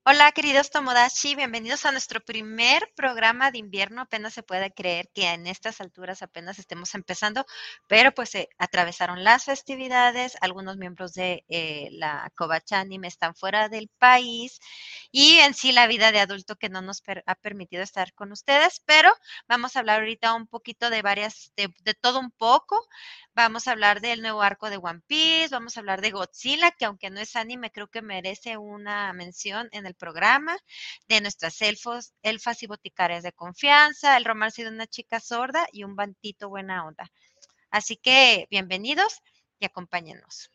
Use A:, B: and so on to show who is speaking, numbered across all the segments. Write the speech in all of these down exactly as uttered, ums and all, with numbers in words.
A: Hola, queridos Tomodachi, bienvenidos a nuestro primer programa de invierno. Apenas se puede creer que en estas alturas apenas estemos empezando, pero pues se atravesaron las festividades, algunos miembros de eh, la Kobachi Anime están fuera del país y en sí la vida de adulto que no nos per- ha permitido estar con ustedes, pero vamos a hablar ahorita un poquito de varias, de, de todo un poco. Vamos a hablar del nuevo arco de One Piece, vamos a hablar de Godzilla, que aunque no es anime, creo que merece una mención en el programa, de nuestras elfos, elfas y boticarias de confianza, el romance de una chica sorda y un bantito buena onda. Así que bienvenidos y acompáñenos.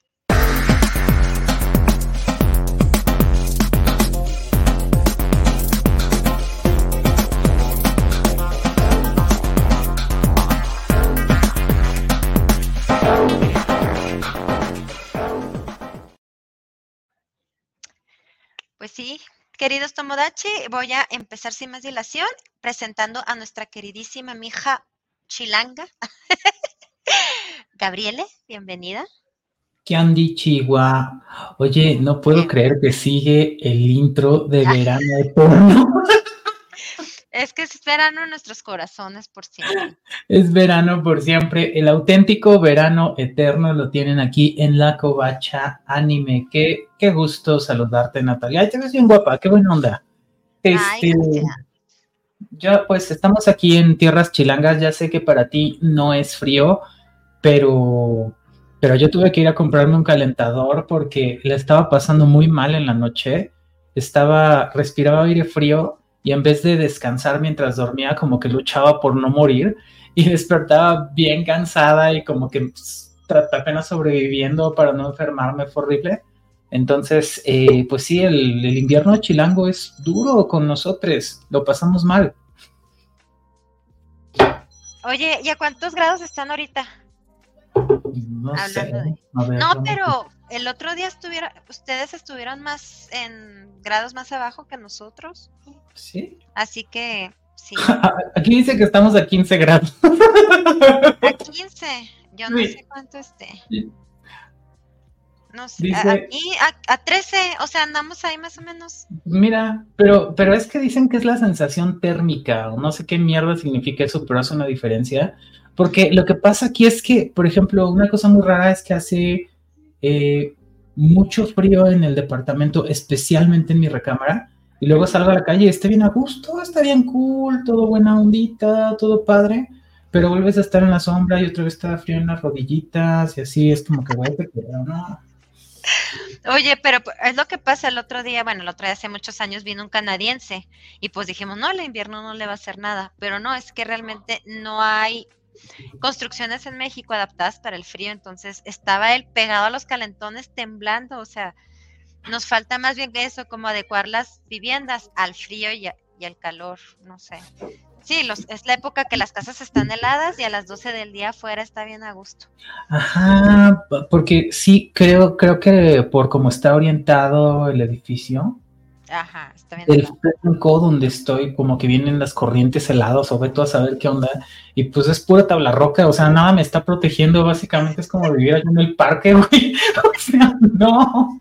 A: Pues sí, queridos Tomodachi, voy a empezar sin más dilación presentando a nuestra queridísima mija chilanga, Gabriele, bienvenida.
B: Candy Chihuahua. Oye, no puedo
A: Bien.
B: creer que sigue el intro de verano eterno.
A: Es que esperan en nuestros corazones por siempre.
B: Es verano por siempre. El auténtico verano eterno lo tienen aquí en la Covacha Anime. Qué, qué gusto saludarte, Natalia. Ay, te ves bien guapa, qué buena onda.
A: Ay,
B: Este,
A: gracias.
B: ya pues estamos aquí en tierras chilangas. Ya sé que para ti no es frío, pero, pero yo tuve que ir a comprarme un calentador porque le estaba pasando muy mal en la noche. Estaba, respiraba aire frío y en vez de descansar mientras dormía, como que luchaba por no morir y despertaba bien cansada y como que pues, apenas sobreviviendo para no enfermarme, fue horrible. Entonces, eh, pues sí, el, el invierno chilango es duro con nosotros, lo pasamos mal.
A: Oye, ¿y a cuántos grados están ahorita?
B: No sé,
A: Hablando de.
B: a ver,
A: No,
B: vamos a...
A: pero el otro día estuvieron, ustedes estuvieron más en grados más abajo que nosotros.
B: ¿Sí?
A: Así que sí.
B: Aquí dice que estamos a quince grados.
A: A quince, yo no sé
B: Sí.
A: cuánto esté. No sé, a-
B: Dice,
A: aquí a, a trece, o sea, andamos ahí más o menos.
B: mira, pero, pero es que dicen que es la sensación térmica, o no sé qué mierda significa eso, pero hace una diferencia. Porque lo que pasa aquí es que, por ejemplo, una cosa muy rara es que hace eh, mucho frío en el departamento, especialmente en mi recámara, y luego salgo a la calle y está bien a gusto, está bien cool, todo buena ondita, todo padre, pero vuelves a estar en la sombra y otra vez está frío en las rodillitas y así, es como que, güey, te quiero, ¿no?
A: Oye, pero p- es lo que pasa el otro día, bueno, el otro día hace muchos años vino un canadiense y pues dijimos, no, el invierno no le va a hacer nada, pero no, es que realmente no hay construcciones en México adaptadas para el frío, entonces estaba él pegado a los calentones temblando, o sea, nos falta más bien que eso, como adecuar las viviendas al frío y, a- y al calor, no sé. Sí, los, es la época que las casas están heladas y a las doce del día afuera está bien a gusto.
B: Ajá, porque sí, creo, creo que por cómo está orientado el edificio,
A: Ajá, está bien
B: el
A: helado.
B: flanco donde estoy, como que vienen las corrientes heladas o ve tú a saber qué onda, y pues es pura tabla roca, o sea, nada me está protegiendo, básicamente es como vivir allá en el parque, güey, o sea, no,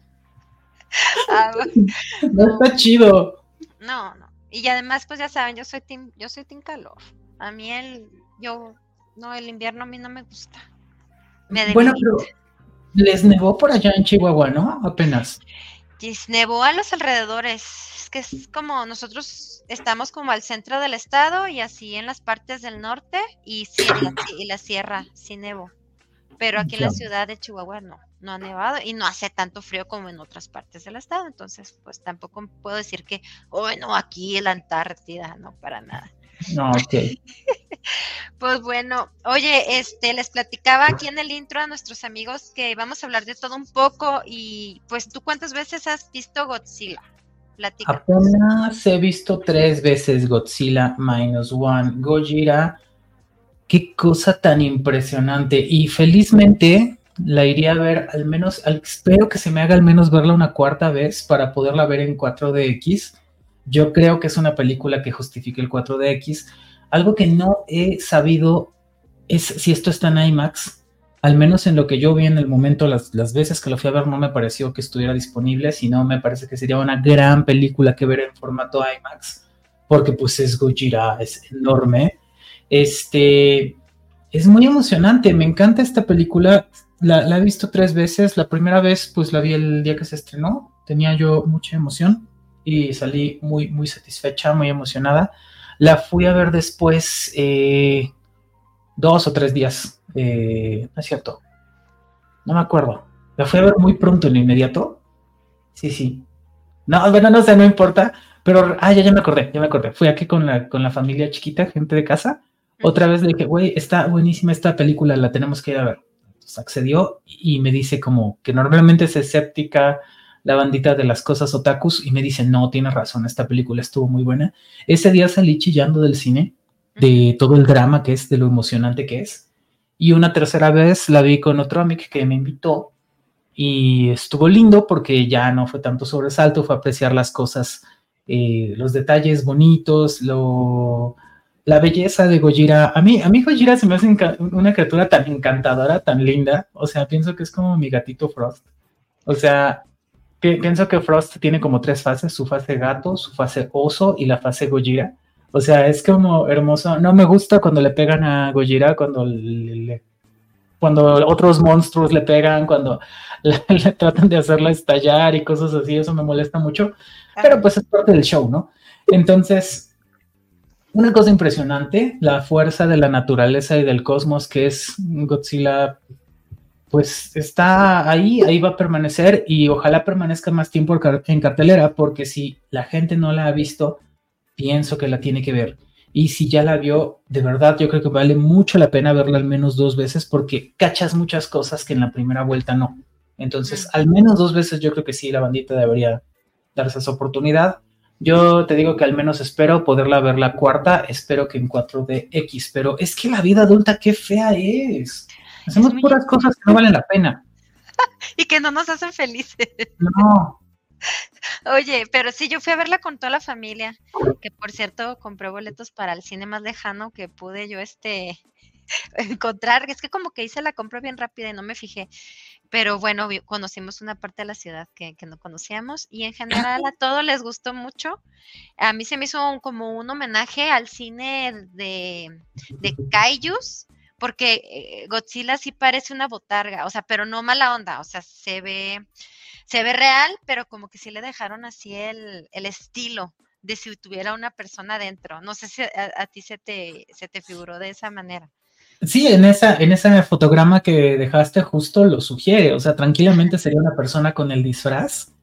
A: Ah,
B: no
A: no,
B: está chido.
A: no, no. Y además, pues ya saben, yo soy team, yo soy team calor. A mí el, yo, no, el invierno a mí no me gusta. Me
B: Bueno,
A: debilita.
B: pero les nevó por allá en Chihuahua, ¿no? Apenas.
A: Y nevó a los alrededores. Es que es como nosotros estamos como al centro del estado y así en las partes del norte y sí, en la, y la sierra sí nevó. Pero aquí en la
B: Ya.
A: ciudad de Chihuahua no, no ha nevado y no hace tanto frío como en otras partes del estado. Entonces, pues tampoco puedo decir que, oh, no, aquí en la Antártida, no, para nada.
B: No, ok.
A: Pues bueno, oye, este, les platicaba aquí en el intro a nuestros amigos que vamos a hablar de todo un poco y pues tú cuántas veces has visto Godzilla? Platícanos.
B: Apenas he visto tres veces Godzilla Minus One, Gojira. Qué cosa tan impresionante. Y felizmente la iría a ver al menos, al, espero que se me haga al menos verla una cuarta vez para poderla ver en cuatro D X. Yo creo que es una película que justifique el cuatro D X. Algo que no he sabido es si esto está en IMAX, al menos en lo que yo vi en el momento, las, las veces que lo fui a ver, no me pareció que estuviera disponible, sino me parece que sería una gran película que ver en formato IMAX, porque pues es Gojira, es enorme. Este, es muy emocionante, me encanta esta película, la, la he visto tres veces, la primera vez pues la vi el día que se estrenó, tenía yo mucha emoción y salí muy, muy satisfecha, muy emocionada. La fui a ver después, eh, dos o tres días, eh, no es cierto, no me acuerdo. La fui a ver muy pronto, en inmediato. Sí, sí. No, bueno, no sé, no importa. Pero, ah, ya, ya me acordé, ya me acordé. Fui aquí con la, con la familia chiquita, gente de casa. Otra vez le dije, güey, está buenísima esta película, la tenemos que ir a ver. Entonces accedió y me dice como que normalmente es escéptica la bandita de las cosas otakus y me dice, no, tienes razón, esta película estuvo muy buena. Ese día salí chillando del cine, de todo el drama que es, de lo emocionante que es. Y una tercera vez la vi con otro amigo que me invitó y estuvo lindo porque ya no fue tanto sobresalto, fue apreciar las cosas, eh, los detalles bonitos, lo, la belleza de Gojira. A mí, a mí Gojira se me hace enca- una criatura tan encantadora, tan linda. O sea, pienso que es como mi gatito Frost. O sea, pi- pienso que Frost tiene como tres fases, su fase gato, su fase oso y la fase Gojira. O sea, es como hermoso. No me gusta cuando le pegan a Gojira, cuando le, le- cuando otros monstruos le pegan, cuando le, le tratan de hacerla estallar y cosas así, eso me molesta mucho. Pero pues es parte del show, ¿no? Entonces, una cosa impresionante, la fuerza de la naturaleza y del cosmos que es Godzilla, pues está ahí, ahí va a permanecer y ojalá permanezca más tiempo en cartelera, porque si la gente no la ha visto, pienso que la tiene que ver. Y si ya la vio, de verdad, yo creo que vale mucho la pena verla al menos dos veces porque cachas muchas cosas que en la primera vuelta no. Entonces, al menos dos veces yo creo que sí, la bandita debería darse esa oportunidad. Yo te digo que al menos espero poderla ver la cuarta, espero que en cuatro D X, pero es que la vida adulta qué fea es. Hacemos
A: Es
B: puras cosas que no valen la pena.
A: y que no nos hacen felices.
B: No.
A: Oye, pero sí, yo fui a verla con toda la familia, que por cierto compré boletos para el cine más lejano que pude yo este encontrar. Es que como que hice la compra bien rápida y no me fijé. Pero bueno, vi- conocimos una parte de la ciudad que, que no conocíamos y en general a todos les gustó mucho. A mí se me hizo un- como un homenaje al cine de, de Kaijus, porque eh, Godzilla sí parece una botarga, o sea, pero no mala onda, o sea, se ve, se ve real, pero como que sí le dejaron así el, el estilo de si tuviera una persona dentro. No sé si a, a ti se te, se te figuró de esa manera.
B: Sí, en esa, en ese fotograma que dejaste justo lo sugiere, o sea, tranquilamente sería una persona con el disfraz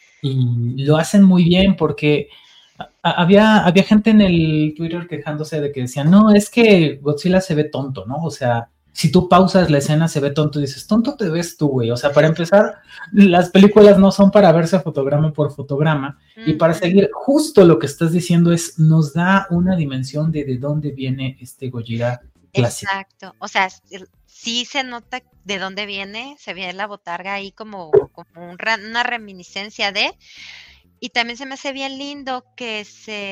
B: y lo hacen muy bien porque a- había, había gente en el Twitter quejándose de que decían, no, es que Godzilla se ve tonto, ¿no? O sea, si tú pausas la escena se ve tonto y dices, tonto te ves tú, güey. O sea, para empezar, las películas no son para verse fotograma por fotograma y para
A: Ujú.
B: seguir, justo lo que estás diciendo es, nos da una dimensión de de dónde viene este Gojira clásico.
A: Exacto, o sea, s el sí se nota de dónde viene, se ve la botarga ahí como como un ra una reminiscencia de, y también se me hace bien lindo que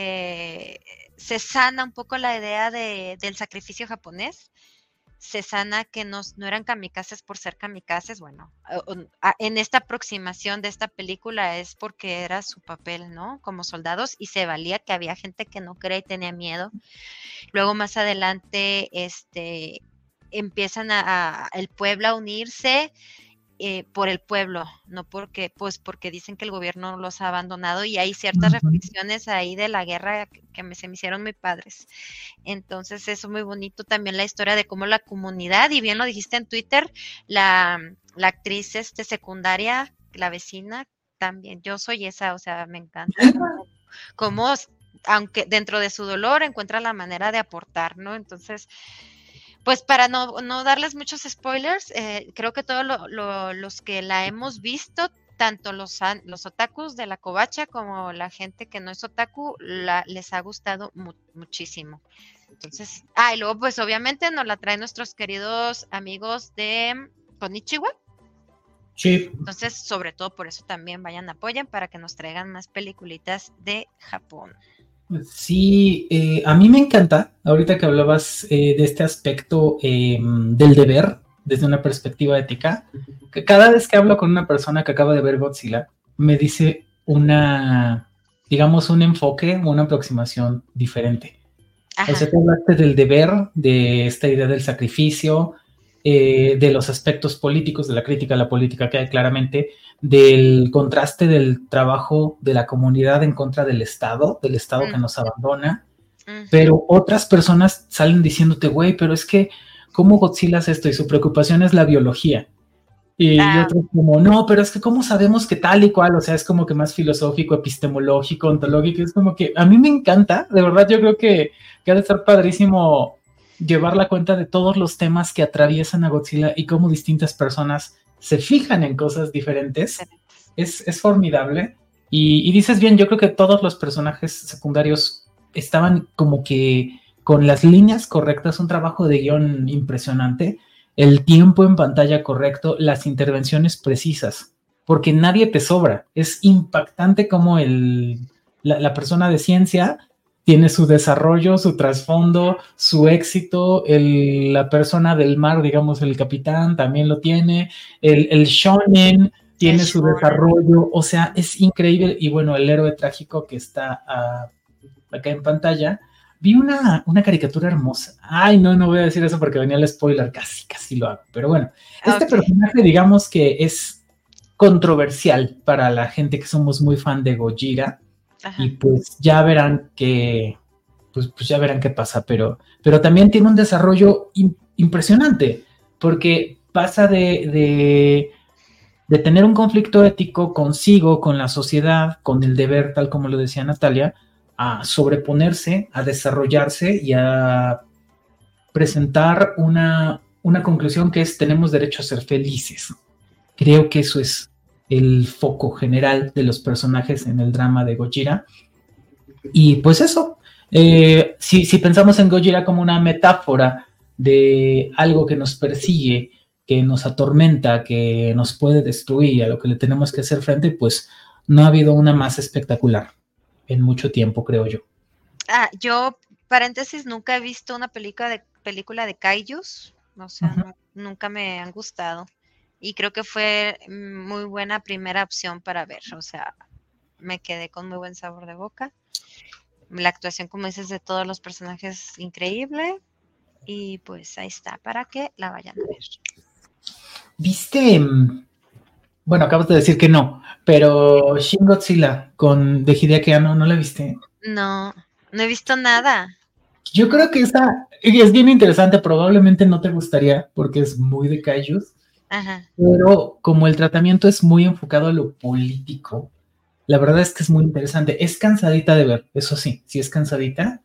A: se se sana un poco la idea de del sacrificio japonés, se sana que nos no eran kamikazes por ser kamikazes, bueno, o o a en esta aproximación de esta película es porque era su papel, ¿no?, como soldados, y se valía que había gente que no creía y tenía miedo. Luego más adelante, este, empiezan a a el pueblo a unirse, eh, por el pueblo, no porque, pues, porque dicen que el gobierno los ha abandonado, y hay ciertas
B: Ujú.
A: reflexiones ahí de la guerra que que me se me hicieron muy padres. Entonces, eso muy bonito, también la historia de cómo la comunidad, y bien lo dijiste en Twitter, la la actriz, este, secundaria, la vecina, también, yo soy esa, o sea, me encanta cómo cómo s aunque dentro de su dolor encuentra la manera de aportar, ¿no? Entonces, pues, para no no darles muchos spoilers, eh, creo que todos lo lo los que la hemos visto, tanto los an los otakus de la covacha como la gente que no es otaku, la les ha gustado mu muchísimo. Entonces, ah, y luego, pues, obviamente nos la traen nuestros queridos amigos de Konichiwa.
B: Sí,
A: Entonces, sobre todo por eso también vayan, apoyen para que nos traigan más peliculitas de Japón.
B: sí, eh, a mí me encanta, ahorita que hablabas eh, de este aspecto eh, del deber, desde una perspectiva ética, que cada vez que hablo con una persona que acaba de ver Godzilla, me dice una, digamos, un enfoque, una aproximación diferente. Ajá. O sea, tú hablaste del deber, de esta idea del sacrificio, eh, de los aspectos políticos, de la crítica a la política que hay claramente, del contraste del trabajo de la comunidad en contra del Estado, del Estado mm. que nos abandona, mm. pero otras personas salen diciéndote, güey, pero es que, ¿cómo Godzilla hace esto? Y su preocupación es la biología. Y ah. otros como, no, pero es que ¿cómo sabemos que tal y cual? O sea, es como que más filosófico, epistemológico, ontológico, es como que a mí me encanta, de verdad yo creo que, que ha de estar padrísimo llevar la cuenta de todos los temas que atraviesan a Godzilla y cómo distintas personas se fijan en cosas diferentes. Es, es formidable. Y, y dices bien, yo creo que todos los personajes secundarios estaban como que con las líneas correctas, un trabajo de guión impresionante, el tiempo en pantalla correcto, las intervenciones precisas, porque nadie te sobra. Es impactante como el, la, la persona de ciencia tiene su desarrollo, su trasfondo, su éxito, el, la persona del mar, digamos, el capitán también lo tiene, el, el shonen tiene el su shonen. desarrollo, o sea, es increíble. Y bueno, el héroe trágico que está uh, acá en pantalla. Vi una, una caricatura hermosa. Ay, no, no voy a decir eso porque venía el spoiler, casi, casi lo hago. Pero bueno, este okay. personaje, digamos que es controversial para la gente que somos muy fan de Gojira. Ajá. Y pues ya verán que, pues, pues ya verán qué pasa, pero, pero también tiene un desarrollo in, impresionante, porque pasa de, de, de tener un conflicto ético consigo, con la sociedad, con el deber, tal como lo decía Natalia, a sobreponerse, a desarrollarse y a presentar una, una conclusión que es: tenemos derecho a ser felices. Creo que eso es el foco general de los personajes en el drama de Gojira. Y pues eso, eh, si, si pensamos en Gojira como una metáfora de algo que nos persigue, que nos atormenta, que nos puede destruir, a lo que le tenemos que hacer frente, pues no ha habido una más espectacular en mucho tiempo, creo yo.
A: Ah, yo, paréntesis, nunca he visto una película de, película de kaijus, o sea, uh-huh. no, nunca me han gustado. Y creo que fue muy buena primera opción para ver, o sea, me quedé con muy buen sabor de boca. La actuación, como dices, de todos los personajes, increíble. Y pues ahí está, para que la vayan a ver.
B: ¿Viste? Bueno, acabas de decir que no, pero Shin Godzilla con de Hideaki Anno, ¿no la viste?
A: No, no he visto nada.
B: Yo creo que esa es bien interesante, probablemente no te gustaría porque es muy de kaijus. Ajá. Pero como el tratamiento es muy enfocado a lo político, la verdad es que es muy interesante. Es cansadita de ver, eso sí, sí es cansadita,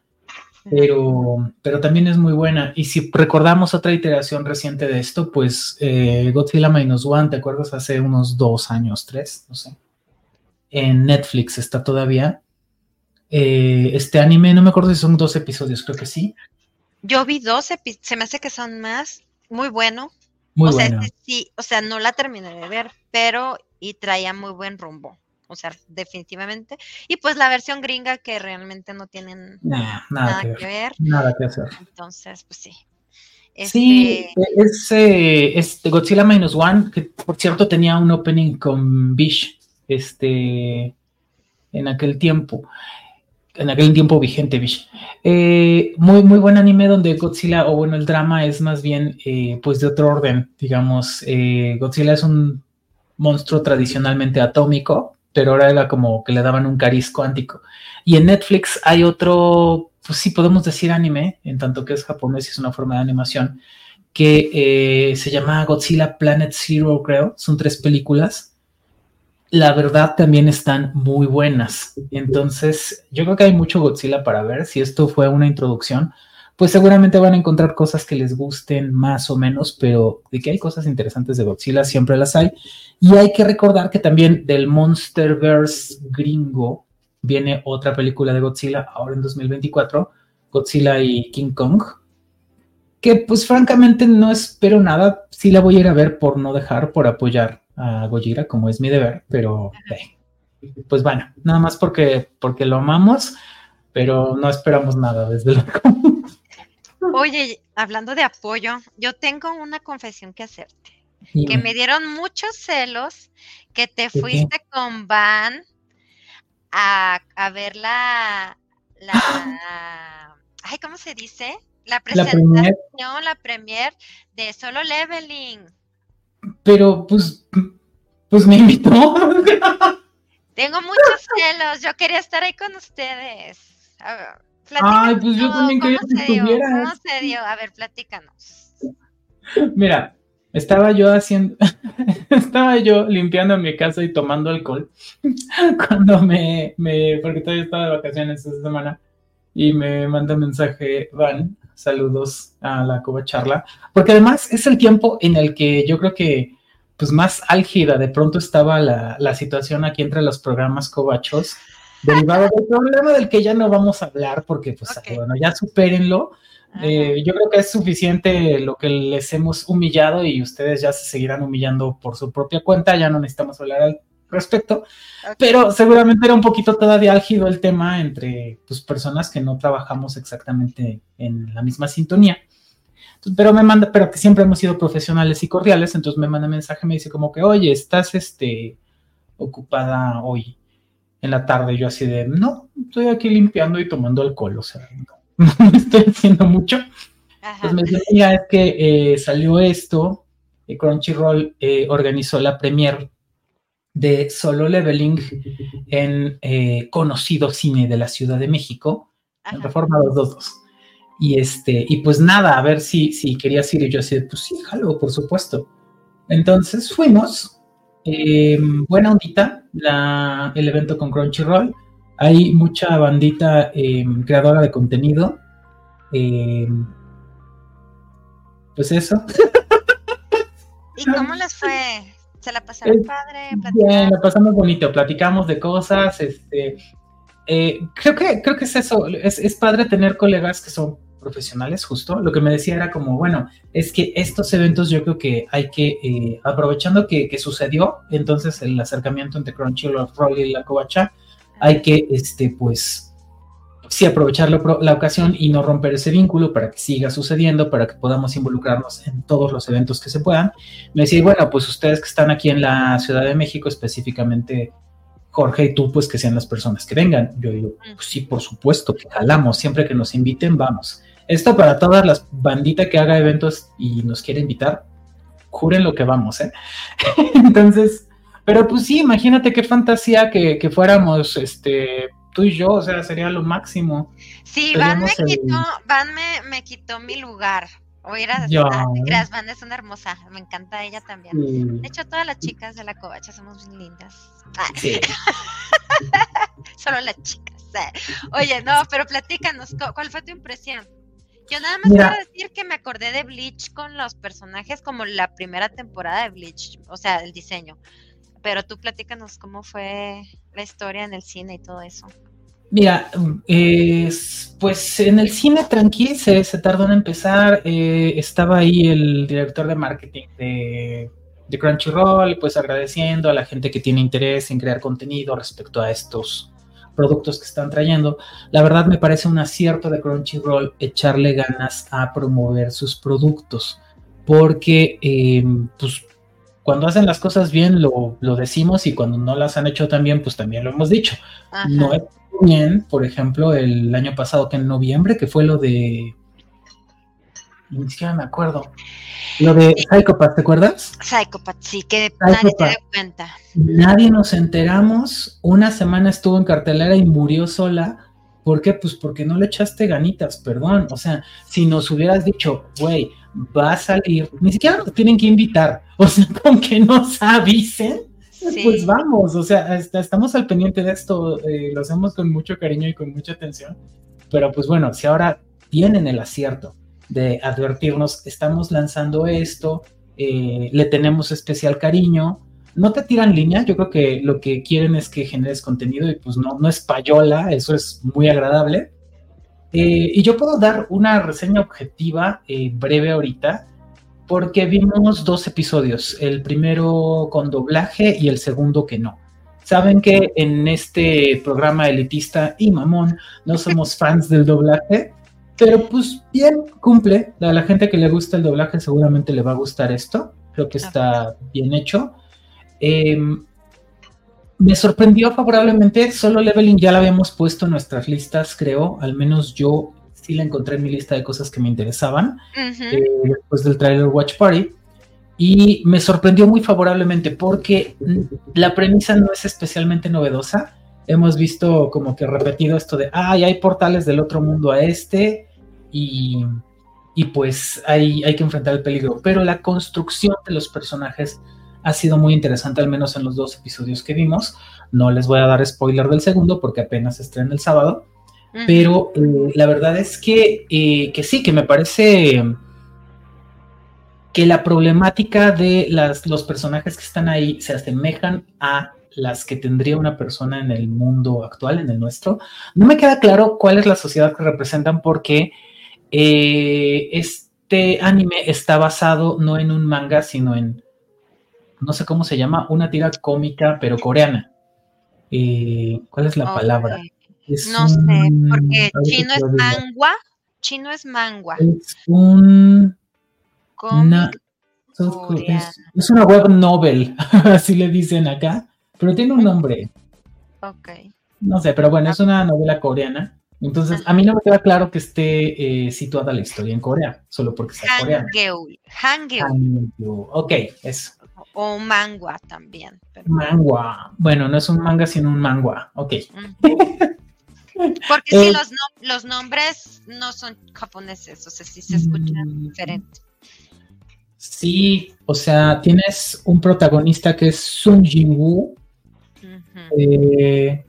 B: pero, pero también es muy buena. Y si recordamos otra iteración reciente de esto, pues eh, Godzilla Minus One, ¿te acuerdas? Hace unos dos años, tres, no sé. En Netflix está todavía. Eh, este anime, no me acuerdo si son dos episodios, creo que sí.
A: Yo vi dos episodios, se me hace que son más, muy bueno.
B: Muy
A: o
B: bueno.
A: sea, sí, o sea, no la terminé de ver, pero y traía muy buen rumbo, o sea, definitivamente. Y pues la versión gringa que realmente no tienen
B: nah, nada,
A: nada
B: que, ver,
A: que ver.
B: Nada que hacer.
A: Entonces, pues sí.
B: Este... Sí, es, eh, es Godzilla Minus One, que por cierto tenía un opening con Bish, este, en aquel tiempo. En aquel tiempo vigente, Bish. Eh, muy, muy buen anime donde Godzilla, o bueno, el drama es más bien eh, pues de otro orden, digamos. Eh, Godzilla es un monstruo tradicionalmente atómico, pero ahora era como que le daban un cariz cuántico. Y en Netflix hay otro, pues sí podemos decir anime, en tanto que es japonés y es una forma de animación, que eh, se llama Godzilla Planet Zero, creo. Son tres películas. La verdad también están muy buenas. Entonces, yo creo que hay mucho Godzilla para ver. Si esto fue una introducción, pues seguramente van a encontrar cosas que les gusten más o menos, pero de que hay cosas interesantes de Godzilla, siempre las hay. Y hay que recordar que también del Monsterverse gringo viene otra película de Godzilla, ahora en dos mil veinticuatro, Godzilla y King Kong, que pues francamente no espero nada. Sí la voy a ir a ver por no dejar, por apoyar a Gojira, como es mi deber, pero eh, pues bueno, nada más porque, porque lo amamos, pero no esperamos nada desde luego.
A: Oye, hablando de apoyo, yo tengo una confesión que hacerte.
B: Dime.
A: Que me dieron muchos celos que te
B: ¿De qué?
A: fuiste con Van a, a ver la, la, ay, ¿cómo se dice? La
B: La
A: presentación,
B: premier,
A: la premier de Solo Leveling.
B: pero pues, pues me invitó.
A: Tengo muchos celos, yo quería estar ahí con ustedes. A ver,
B: Ay,
A: platícanos
B: pues yo
A: todo,
B: también quería
A: ¿cómo
B: que
A: se dio? ¿Cómo
B: estuvieras.
A: se dio? A ver, platícanos.
B: Mira, estaba yo haciendo, estaba yo limpiando mi casa y tomando alcohol cuando me, me, porque todavía estaba de vacaciones esta semana y me manda mensaje Van, saludos a la Cuba Charla, porque además es el tiempo en el que yo creo que pues más álgida de pronto estaba la, la situación aquí entre los programas covachos, derivado del problema del que ya no vamos a hablar porque pues
A: Ok.
B: bueno, ya supérenlo. Eh, yo creo que es suficiente lo que les hemos humillado y ustedes ya se seguirán humillando por su propia cuenta, ya no necesitamos hablar al respecto, okay. Pero seguramente era un poquito todavía álgido el tema entre pues, personas que no trabajamos exactamente en la misma sintonía, entonces, pero me manda, pero que siempre hemos sido profesionales y cordiales, entonces me manda mensaje, me dice como que, oye, ¿estás este, ocupada hoy en la tarde? Yo así de, no, estoy aquí limpiando y tomando alcohol, o sea, no. No estoy haciendo mucho. Ajá. Pues me dice, mira, es que eh, salió esto, eh, Crunchyroll eh, organizó la premier de Solo Leveling en eh, conocido cine de la Ciudad de México, Ajá. en Reforma doscientos veintidós. Y este, y pues nada, a ver si, si querías ir, y yo así, pues sí, jalo, por supuesto. Entonces fuimos, eh, buena ondita, la, el evento con Crunchyroll. Hay mucha bandita eh, creadora de contenido. Eh, pues eso.
A: ¿Y cómo les fue? ¿Se la pasaron
B: es,
A: padre?
B: Bien, la pasamos bonito. Platicamos de cosas. Este, eh, creo que creo que es eso. Es, es padre tener colegas que son profesionales, justo. Lo que me decía era como, bueno, es que estos eventos yo creo que hay que, eh, aprovechando que, que sucedió, entonces el acercamiento entre Crunchyroll y la Covacha, hay que, este, pues, sí aprovechar la, la ocasión y no romper ese vínculo para que siga sucediendo, para que podamos involucrarnos en todos los eventos que se puedan. Me decía, bueno, pues ustedes que están aquí en la Ciudad de México, específicamente Jorge y tú, pues que sean las personas que vengan. Yo digo, pues sí, por supuesto, que jalamos, siempre que nos inviten, vamos. Esto para todas las banditas que haga eventos y nos quiere invitar, juren lo que vamos, ¿eh? Entonces, pero pues sí, imagínate qué fantasía que, que fuéramos, este, tú y yo, o sea, sería lo máximo.
A: Sí, Van me el... quitó, Van me, me quitó mi lugar. Oiga, gracias, Van es una hermosa, me encanta ella también. Sí. De hecho, todas las chicas de la Covacha somos bien lindas. Ah. Sí. Solo las chicas. Oye, no, pero platícanos, ¿cuál fue tu impresión? Yo nada más Mira, quiero decir que me acordé de Bleach con los personajes como la primera temporada de Bleach, o sea, el diseño. Pero tú platícanos cómo fue la historia en el cine y todo eso.
B: Mira, eh, pues en el cine tranqui, se, se tardó en empezar, eh, estaba ahí el director de marketing de, de Crunchyroll, pues agradeciendo a la gente que tiene interés en crear contenido respecto a estos productos que están trayendo. La verdad me parece un acierto de Crunchyroll echarle ganas a promover sus productos, porque eh, pues cuando hacen las cosas bien lo, lo decimos, y cuando no las han hecho tan bien, pues también lo hemos dicho. Ajá. No es bien, por ejemplo, el año pasado, que en noviembre, que fue lo de... Ni siquiera me acuerdo. Lo de sí. Psycho-Pass, ¿te acuerdas?
A: Psycho-Pass, sí, que Psycho-Pass. Nadie se dio cuenta.
B: Nadie nos enteramos. Una semana estuvo en cartelera y murió sola. ¿Por qué? Pues porque no le echaste ganitas, perdón. O sea, si nos hubieras dicho, güey, va a salir, ni siquiera nos tienen que invitar. O sea, con que nos avisen, sí. Pues vamos. O sea, estamos al pendiente de esto. Eh, lo hacemos con mucho cariño y con mucha atención. Pero pues bueno, si ahora tienen el acierto de advertirnos, estamos lanzando esto, eh, le tenemos especial cariño, no te tiran línea, yo creo que lo que quieren es que generes contenido y pues no, no es payola, eso es muy agradable. Eh, y yo puedo dar una reseña objetiva eh, breve ahorita, porque vimos dos episodios, el primero con doblaje y el segundo que no. Saben que en este programa elitista y mamón no somos fans del doblaje. Pero pues bien, cumple. A la gente que le gusta el doblaje seguramente le va a gustar esto. Creo que está bien hecho. Eh, me sorprendió favorablemente. Solo Leveling ya la habíamos puesto en nuestras listas, creo. Al menos yo sí la encontré en mi lista de cosas que me interesaban. Uh-huh. eh, después del trailer Watch Party. Y me sorprendió muy favorablemente porque la premisa no es especialmente novedosa. Hemos visto como que repetido esto de, ay, hay portales del otro mundo a este y, y pues hay, hay que enfrentar el peligro. Pero la construcción de los personajes ha sido muy interesante, al menos en los dos episodios que vimos. No les voy a dar spoiler del segundo porque apenas se estrena el sábado. Uh-huh. Pero eh, la verdad es que, eh, que sí, que me parece que la problemática de las, los personajes que están ahí se asemejan a las que tendría una persona en el mundo actual, en el nuestro. No me queda claro cuál es la sociedad que representan porque eh, este anime está basado no en un manga, sino en, no sé cómo se llama, una tira cómica, pero coreana. Eh, ¿Cuál es la okay. palabra?
A: Es no un, sé, porque chino es mangua. Chino es mangua.
B: Es un... Una, es, es una web novel, así le dicen acá, pero tiene un nombre.
A: Ok.
B: No sé, pero bueno, es una novela coreana. Entonces, a mí no me queda claro que esté eh, situada la historia en Corea, solo porque está coreana.
A: Hangeul. Hangeul.
B: Hangeul. Ok, eso.
A: O un mangua también.
B: Pero... Mangua. Bueno, no es un manga, sino un mangua. Ok.
A: Uh-huh. Porque eh, si los, no, los nombres no son japoneses, o sea, sí se escuchan mm, diferente.
B: Sí, o sea, tienes un protagonista que es Sung Jin-woo, uh-huh. eh,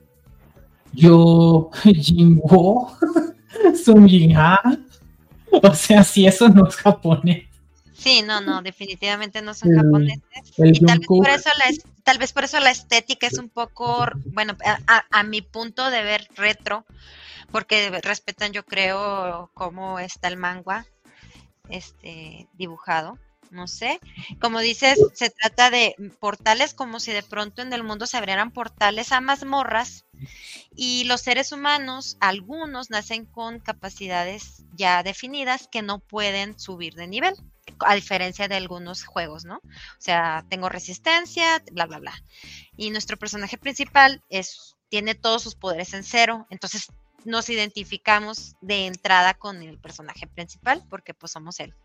B: yo Jin-woo, Sung Jin-ha, o sea, si eso no es japonés.
A: Sí, no, no, definitivamente no son el, japoneses. El y tal vez, por eso la, tal vez por eso la estética es un poco, bueno, a, a, a mi punto de ver retro, porque respetan, yo creo, cómo está el manga este, dibujado. No sé, como dices, se trata de portales como si de pronto en el mundo se abrieran portales a mazmorras y los seres humanos, algunos nacen con capacidades ya definidas que no pueden subir de nivel, a diferencia de algunos juegos, ¿no? O sea, tengo resistencia, bla, bla, bla. Y nuestro personaje principal es, tiene todos sus poderes en cero, entonces nos identificamos de entrada con el personaje principal porque pues somos él.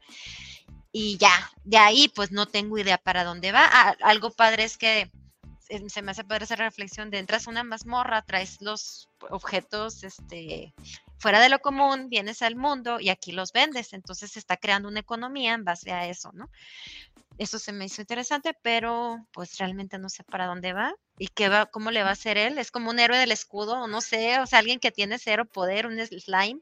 A: Y ya, de ahí pues no tengo idea para dónde va. Ah, algo padre es que se me hace padre esa reflexión de entras a una mazmorra, traes los objetos este, fuera de lo común, vienes al mundo y aquí los vendes. Entonces se está creando una economía en base a eso, ¿no? Eso se me hizo interesante, pero pues realmente no sé para dónde va y qué va, cómo le va a hacer él. Es como un héroe del escudo, o no sé, o sea, alguien que tiene cero poder, un slime.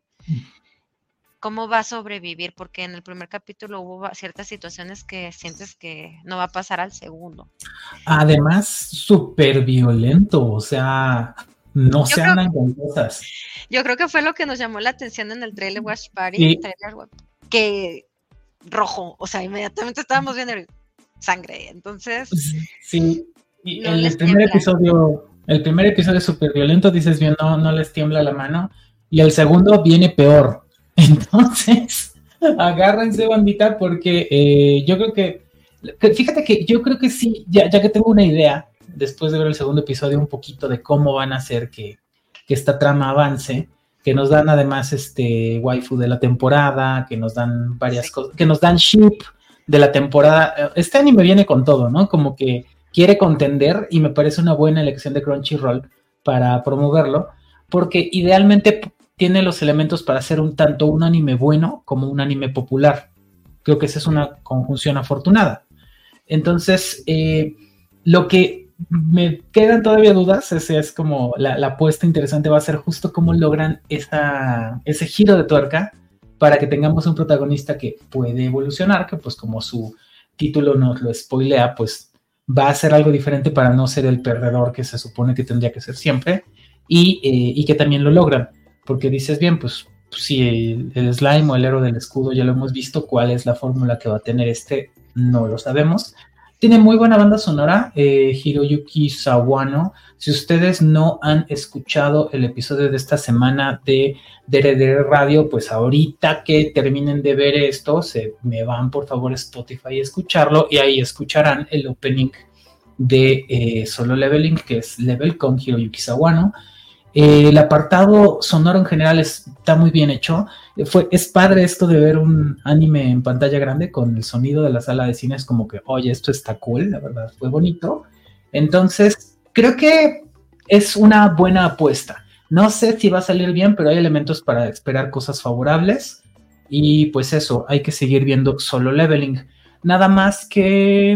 A: ¿Cómo va a sobrevivir? Porque en el primer capítulo hubo ciertas situaciones que sientes que no va a pasar al segundo.
B: Además, súper violento, o sea, no se andan con cosas.
A: Yo creo que fue lo que nos llamó la atención en el trailer Watch Party, sí. trailer, que rojo, o sea, inmediatamente estábamos viendo sangre, entonces...
B: Sí, y no el, el primer tiembla. episodio, el primer episodio es súper violento, dices bien, no, no les tiembla la mano, y el segundo viene peor. Entonces, agárrense, bandita, porque eh, yo creo que, que, fíjate que yo creo que sí, ya, ya que tengo una idea, después de ver el segundo episodio, un poquito de cómo van a hacer que, que esta trama avance, que nos dan además este waifu de la temporada, que nos dan varias sí. cosas, que nos dan ship de la temporada. Este anime viene con todo, ¿no? Como que quiere contender y me parece una buena elección de Crunchyroll para promoverlo, porque idealmente tiene los elementos para hacer un tanto un anime bueno como un anime popular. Creo que esa es una conjunción afortunada. Entonces, eh, lo que me quedan todavía dudas, ese es como la, la apuesta interesante va a ser justo cómo logran esa, ese giro de tuerca para que tengamos un protagonista que puede evolucionar, que pues como su título nos lo spoilea, pues va a ser algo diferente para no ser el perdedor que se supone que tendría que ser siempre y, eh, y que también lo logran. Porque dices bien, pues, pues si el, el slime o el héroe del escudo ya lo hemos visto, ¿cuál es la fórmula que va a tener este? No lo sabemos, tiene muy buena banda sonora, eh, Hiroyuki Sawano. Si ustedes no han escuchado el episodio de esta semana de Dere Dere Radio, pues ahorita que terminen de ver esto, se me van por favor a Spotify a escucharlo y ahí escucharán el opening de eh, Solo Leveling, que es Level con Hiroyuki Sawano. Eh, el apartado sonoro en general está muy bien hecho. Eh, fue, es padre esto de ver un anime en pantalla grande con el sonido de la sala de cine. Es como que, oye, esto está cool, la verdad, fue bonito. Entonces, creo que es una buena apuesta. No sé si va a salir bien, pero hay elementos para esperar cosas favorables. Y pues eso, hay que seguir viendo Solo Leveling. Nada más que...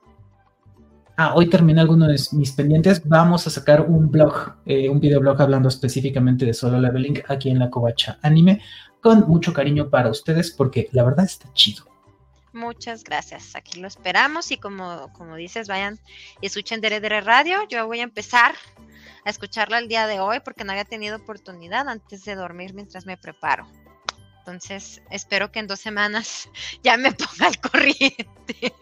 B: Ah, hoy terminé alguno de mis pendientes. Vamos a sacar un blog, eh, un videoblog hablando específicamente de Solo Leveling aquí en la Covacha Anime, con mucho cariño para ustedes, porque la verdad está chido.
A: Muchas gracias. Aquí lo esperamos y como, como dices, vayan y escuchen Dere Dere Radio. Yo voy a empezar a escucharla el día de hoy porque no había tenido oportunidad antes de dormir mientras me preparo. Entonces, espero que en dos semanas ya me ponga al corriente.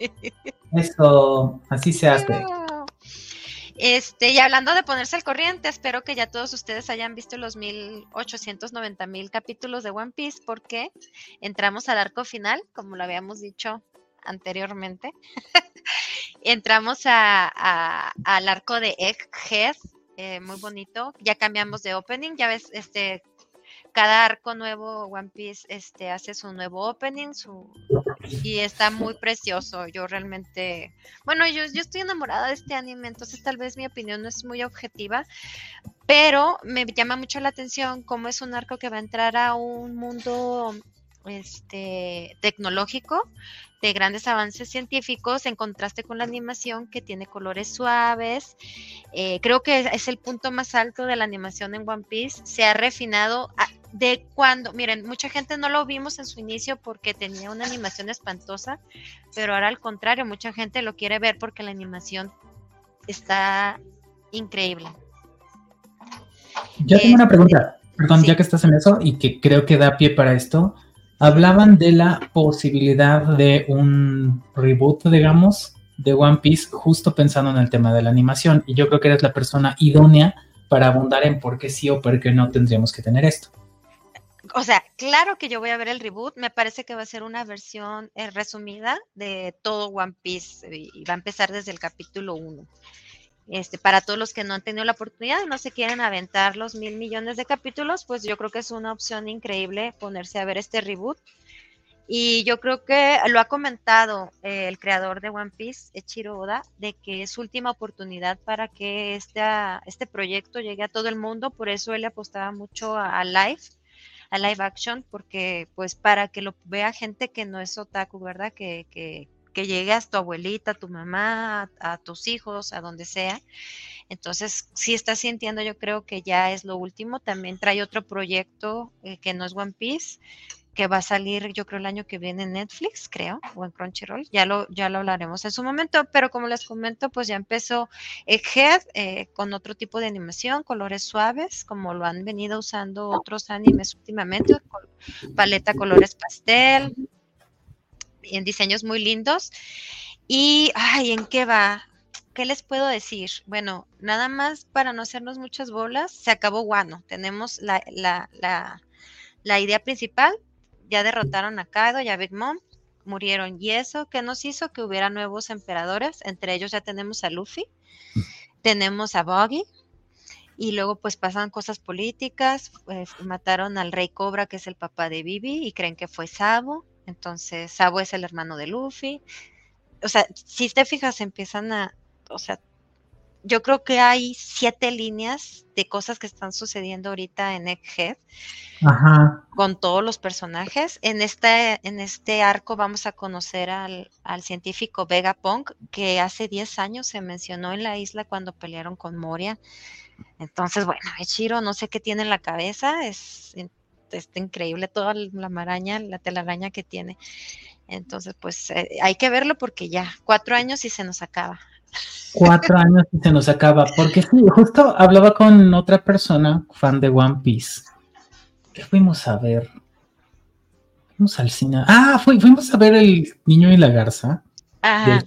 B: Eso, así se hace.
A: Este, y hablando de ponerse al corriente, espero que ya todos ustedes hayan visto los mil ochocientos noventa mil capítulos de One Piece, porque entramos al arco final, como lo habíamos dicho anteriormente. Entramos a, a, al arco de Egghead, eh, muy bonito. Ya cambiamos de opening, ya ves, este... cada arco nuevo One Piece este, hace su nuevo opening su, y está muy precioso. Yo realmente, bueno, yo, yo estoy enamorada de este anime, entonces tal vez mi opinión no es muy objetiva, pero me llama mucho la atención cómo es un arco que va a entrar a un mundo este, tecnológico de grandes avances científicos en contraste con la animación que tiene colores suaves. Eh, creo que es el punto más alto de la animación en One Piece. Se ha refinado a, de cuando, miren, mucha gente no lo vimos en su inicio porque tenía una animación espantosa, pero ahora al contrario, mucha gente lo quiere ver porque la animación está increíble.
B: Yo tengo una pregunta, perdón, sí. Ya que estás en eso y que creo que da pie para esto. Hablaban de la posibilidad de un reboot, digamos, de One Piece, justo pensando en el tema de la animación, y yo creo que eres la persona idónea para abundar en por qué sí o por qué no tendríamos que tener esto.
A: O sea, claro que yo voy a ver el reboot, me parece que va a ser una versión eh, resumida de todo One Piece, y va a empezar desde el capítulo uno. Este, para todos los que no han tenido la oportunidad y no se quieren aventar los mil millones de capítulos, pues yo creo que es una opción increíble ponerse a ver este reboot. Y yo creo que lo ha comentado eh, el creador de One Piece, Eiichiro Oda, de que es su última oportunidad para que esta, este proyecto llegue a todo el mundo. Por eso él le apostaba mucho a, a live, a live action, porque pues para que lo vea gente que no es otaku, ¿verdad? Que, que que llegue a tu abuelita, a tu mamá, a, a tus hijos, a donde sea. Entonces, sí está sintiendo, yo creo que ya es lo último. También trae otro proyecto eh, que no es One Piece, que va a salir, yo creo, el año que viene en Netflix, creo, o en Crunchyroll. Ya lo, ya lo hablaremos en su momento, pero como les comento, pues ya empezó Egghead eh, con otro tipo de animación, colores suaves, como lo han venido usando otros animes últimamente, con paleta colores pastel, en diseños muy lindos. Y, ay, ¿en qué va? ¿Qué les puedo decir? Bueno, nada más para no hacernos muchas bolas, se acabó Wano. Tenemos la, la, la, la idea principal, ya derrotaron a Kaido y a Big Mom, murieron. ¿Y eso qué nos hizo? Que hubiera nuevos emperadores, entre ellos ya tenemos a Luffy, tenemos a Buggy, y luego pues pasan cosas políticas, pues, mataron al Rey Cobra, que es el papá de Vivi, y creen que fue Sabo. Entonces, Sabo es el hermano de Luffy. O sea, si te fijas, empiezan a... O sea, yo creo que hay siete líneas de cosas que están sucediendo ahorita en Egghead.
B: Ajá.
A: Con todos los personajes. En este, en este arco vamos a conocer al, al científico Vegapunk, que hace diez años se mencionó en la isla cuando pelearon con Moria. Entonces, bueno, Eiichiro no sé qué tiene en la cabeza, es... está increíble toda la maraña, la telaraña que tiene. Entonces, pues eh, hay que verlo porque ya, cuatro años y se nos acaba.
B: Cuatro años y se nos acaba, porque sí, justo hablaba con otra persona, fan de One Piece. ¿Qué fuimos a ver? Fuimos al cine. Ah, fui, fuimos a ver El Niño y la Garza.
A: Ajá.
B: De,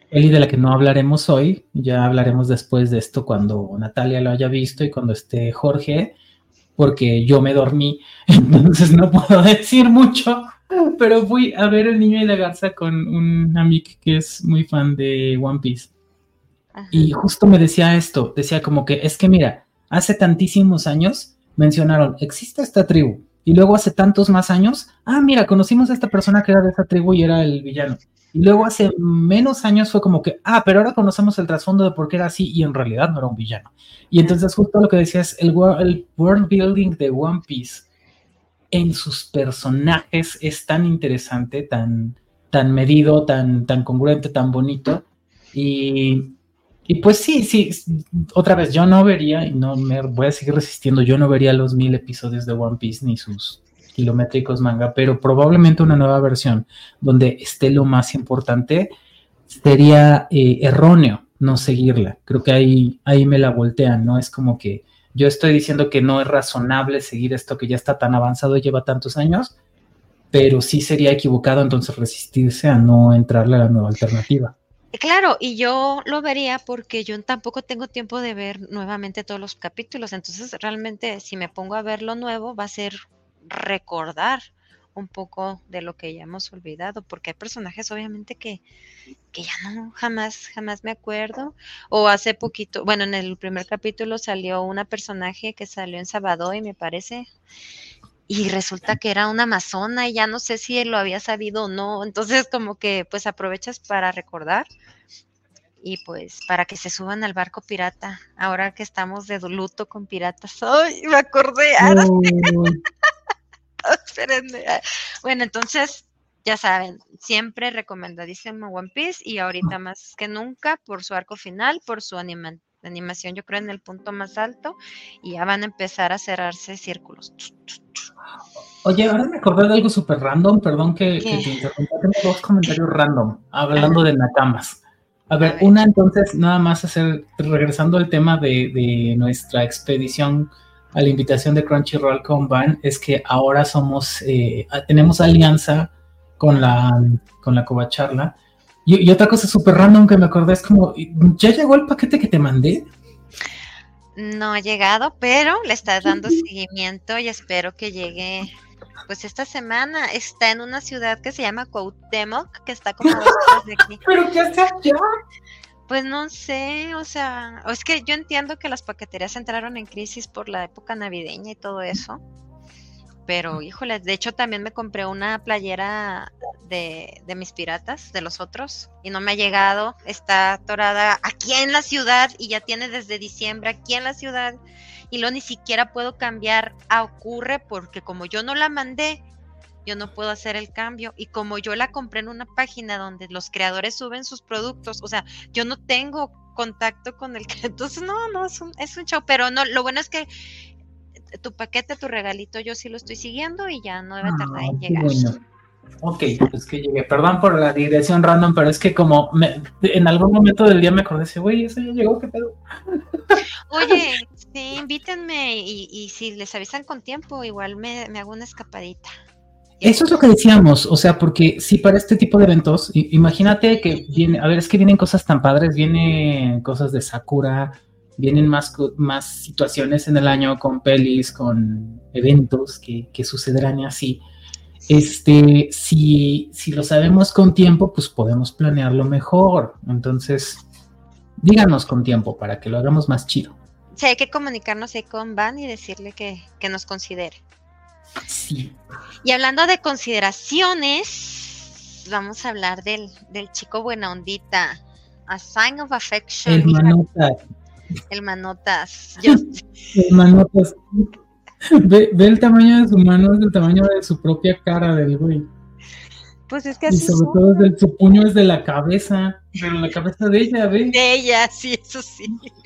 B: peli de la que no hablaremos hoy, ya hablaremos después de esto cuando Natalia lo haya visto y cuando esté Jorge, porque yo me dormí, entonces no puedo decir mucho, pero fui a ver El Niño y la Garza con un amigo que es muy fan de One Piece. Ajá. Y justo me decía esto, decía como que, es que mira, hace tantísimos años mencionaron, existe esta tribu, y luego hace tantos más años, ah, mira, conocimos a esta persona que era de esa tribu y era el villano. Y luego hace menos años fue como que, ah, pero ahora conocemos el trasfondo de por qué era así y en realidad no era un villano. Y entonces justo lo que decías, el, el world building de One Piece en sus personajes es tan interesante, tan, tan medido, tan, tan congruente, tan bonito. Y, y pues sí, sí, otra vez, yo no vería, y no me voy a seguir resistiendo, yo no vería los mil episodios de One Piece ni sus kilométricos manga, pero probablemente una nueva versión donde esté lo más importante sería eh, erróneo no seguirla. Creo que ahí, ahí me la voltean, ¿no? Es como que yo estoy diciendo que no es razonable seguir esto que ya está tan avanzado y lleva tantos años, pero sí sería equivocado entonces resistirse a no entrarle a la nueva alternativa.
A: Claro, y yo lo vería porque yo tampoco tengo tiempo de ver nuevamente todos los capítulos, entonces realmente si me pongo a ver lo nuevo va a ser recordar un poco de lo que ya hemos olvidado, porque hay personajes obviamente que, que ya no, jamás, jamás me acuerdo, o hace poquito, bueno, en el primer capítulo salió una personaje que salió en Sabadoy, me parece, y resulta que era una amazona y ya no sé si él lo había sabido o no, entonces como que pues aprovechas para recordar y pues para que se suban al barco pirata, ahora que estamos de luto con piratas. ¡Ay, me acordé! Ahora oh. Espérenme. Bueno, entonces, ya saben, siempre recomendadísimo One Piece y ahorita más que nunca por su arco final, por su anima animación, yo creo en el punto más alto y ya van a empezar a cerrarse círculos.
B: Oye, ahora me acordé de algo súper random, perdón que, que te interrumpa, tengo dos comentarios random, hablando Ajá. de nakamas. A ver, a ver, una entonces, nada más hacer, regresando al tema de, de nuestra expedición a la invitación de Crunchyroll con Van, es que ahora somos, eh, tenemos alianza con la, con la Covacharla. Y, y otra cosa súper random que me acordé es como, ¿ya llegó el paquete que te mandé?
A: No ha llegado, pero le estás dando seguimiento y espero que llegue, pues esta semana. Está en una ciudad que se llama Cuauhtémoc, que está como dos horas de aquí.
B: ¿Pero qué hace allá?
A: Pues no sé, o sea, es que yo entiendo que las paqueterías entraron en crisis por la época navideña y todo eso, pero híjole, de hecho también me compré una playera de, de mis piratas, de los otros, y no me ha llegado, está atorada aquí en la ciudad y ya tiene desde diciembre aquí en la ciudad y luego ni siquiera puedo cambiar a Ocurre porque como yo no la mandé, yo no puedo hacer el cambio, y como yo la compré en una página donde los creadores suben sus productos, o sea, yo no tengo contacto con el que, entonces no, no, es un, es un show, pero no, lo bueno es que tu paquete, tu regalito, yo sí lo estoy siguiendo y ya no debe tardar en llegar.
B: Bueno. Ok, pues que llegué, perdón por la digresión random, pero es que como me, en algún momento del día me acordé, ese güey, eso ya llegó, ¿qué pedo?
A: Oye, sí, invítenme y, y si les avisan con tiempo, igual me, me hago una escapadita.
B: Eso es lo que decíamos, o sea, porque sí, para este tipo de eventos, imagínate que viene, a ver, es que vienen cosas tan padres, vienen cosas de Sakura, vienen más, más situaciones en el año con pelis, con eventos que, que sucederán y así. Este, si, si lo sabemos con tiempo, pues podemos planearlo mejor. Entonces, díganos con tiempo para que lo hagamos más chido.
A: Sí, hay que comunicarnos ahí con Van y decirle que, que nos considere.
B: Sí.
A: Y hablando de consideraciones, vamos a hablar del, del chico buena ondita, A Sign of Affection.
B: El manotas.
A: El manotas. Yo...
B: El manotas. Ve, ve el tamaño de su mano, es el tamaño de su propia cara del güey.
A: Pues es que así
B: y sobre todo es del, su puño es de la cabeza, de la cabeza de ella, ¿ve?
A: De ella, sí, eso sí.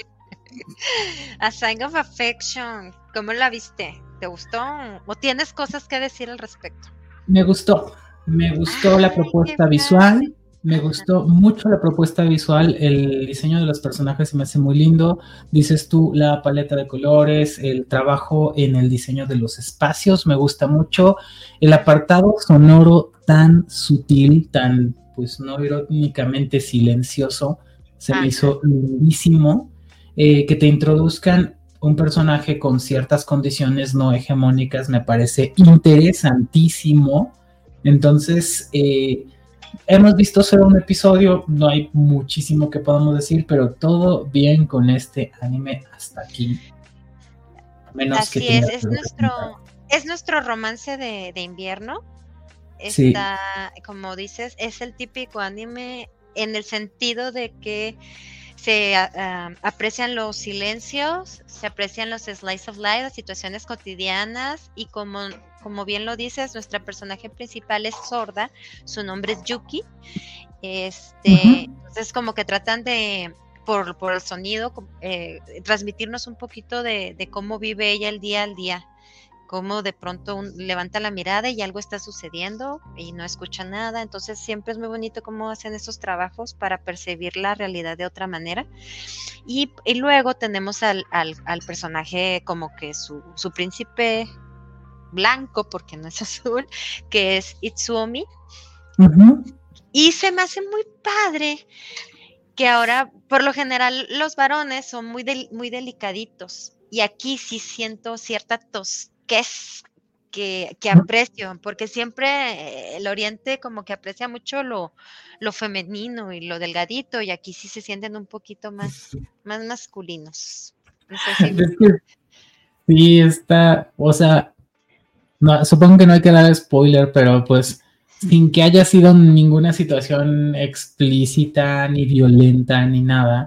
A: A Sign of Affection, ¿cómo la viste? ¿Te gustó? ¿O tienes cosas que decir al respecto?
B: Me gustó, me gustó Ay, la propuesta visual, padre. Me Ajá. gustó mucho la propuesta visual, el diseño de los personajes se me hace muy lindo, dices tú, la paleta de colores, el trabajo en el diseño de los espacios, me gusta mucho, el apartado sonoro tan sutil, tan, pues no irónicamente silencioso, se me hizo lindísimo, eh, que te introduzcan un personaje con ciertas condiciones no hegemónicas, me parece interesantísimo. Entonces, eh, hemos visto solo un episodio, no hay muchísimo que podamos decir, pero todo bien con este anime hasta aquí.
A: Menos Así que es, es nuestro, es nuestro romance de, de invierno. Está, sí. Como dices, es el típico anime en el sentido de que se uh, aprecian los silencios, se aprecian los slice of life, las situaciones cotidianas, y como, como bien lo dices, nuestra personaje principal es sorda, su nombre es Yuki, este, uh-huh. Entonces como que tratan de, por, por el sonido, eh, transmitirnos un poquito de, de cómo vive ella el día al día, cómo de pronto un, levanta la mirada y algo está sucediendo y no escucha nada. Entonces siempre es muy bonito cómo hacen esos trabajos para percibir la realidad de otra manera. Y, y luego tenemos al, al, al personaje como que su, su príncipe blanco, porque no es azul, que es Itsuomi. Uh-huh. Y se me hace muy padre que ahora, por lo general, los varones son muy, del, muy delicaditos. Y aquí sí siento cierta tos que es que, que aprecio, porque siempre el Oriente como que aprecia mucho lo, lo femenino y lo delgadito, y aquí sí se sienten un poquito más, más masculinos. No sé si...
B: Es que sí está, o sea, no, supongo que no hay que dar spoiler, pero pues sin que haya sido ninguna situación explícita, ni violenta, ni nada,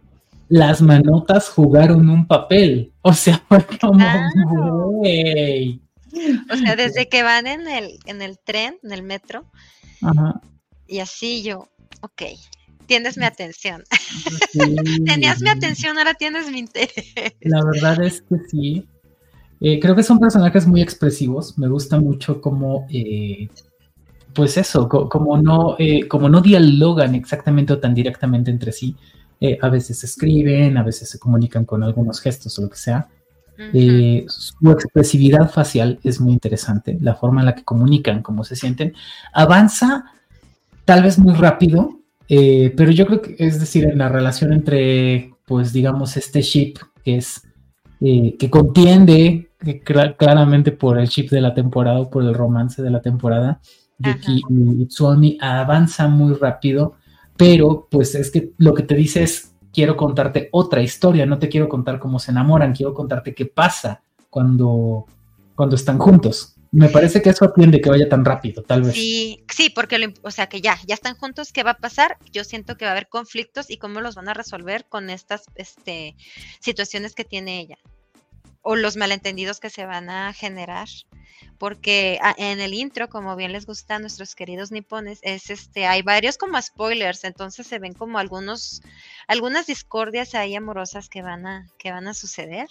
B: las manotas jugaron un papel. O sea, fue como,
A: claro. Güey. O sea, desde que van en el, en el tren, en el metro, ajá. Y así yo, ok, tienes mi atención. Sí. Tenías mi atención, ahora tienes mi interés.
B: La verdad es que sí. Eh, creo que son personajes muy expresivos. Me gusta mucho cómo, eh, pues eso, co- como, no, eh, como no dialogan exactamente o tan directamente entre sí. Eh, a veces escriben, a veces se comunican con algunos gestos o lo que sea. Uh-huh. Eh, su expresividad facial es muy interesante, la forma en la que comunican, cómo se sienten. Avanza tal vez muy rápido, eh, pero yo creo que, es decir, en la relación entre, pues digamos, este ship que es, eh, que contiende que cl- claramente por el ship de la temporada o por el romance de la temporada, Yuki uh-huh. y Itsuomi, avanza muy rápido. Pero, pues, es que lo que te dice es, quiero contarte otra historia, no te quiero contar cómo se enamoran, quiero contarte qué pasa cuando, cuando están juntos. Me parece que eso atiende que vaya tan rápido, tal vez.
A: Sí, sí, porque, lo, o sea, que ya, ya están juntos, ¿qué va a pasar? Yo siento que va a haber conflictos y cómo los van a resolver con estas este, situaciones que tiene ella. O los malentendidos que se van a generar. Porque en el intro, como bien les gusta a nuestros queridos nipones, es este, hay varios como spoilers, entonces se ven como algunos, algunas discordias ahí amorosas que van a, que van a suceder.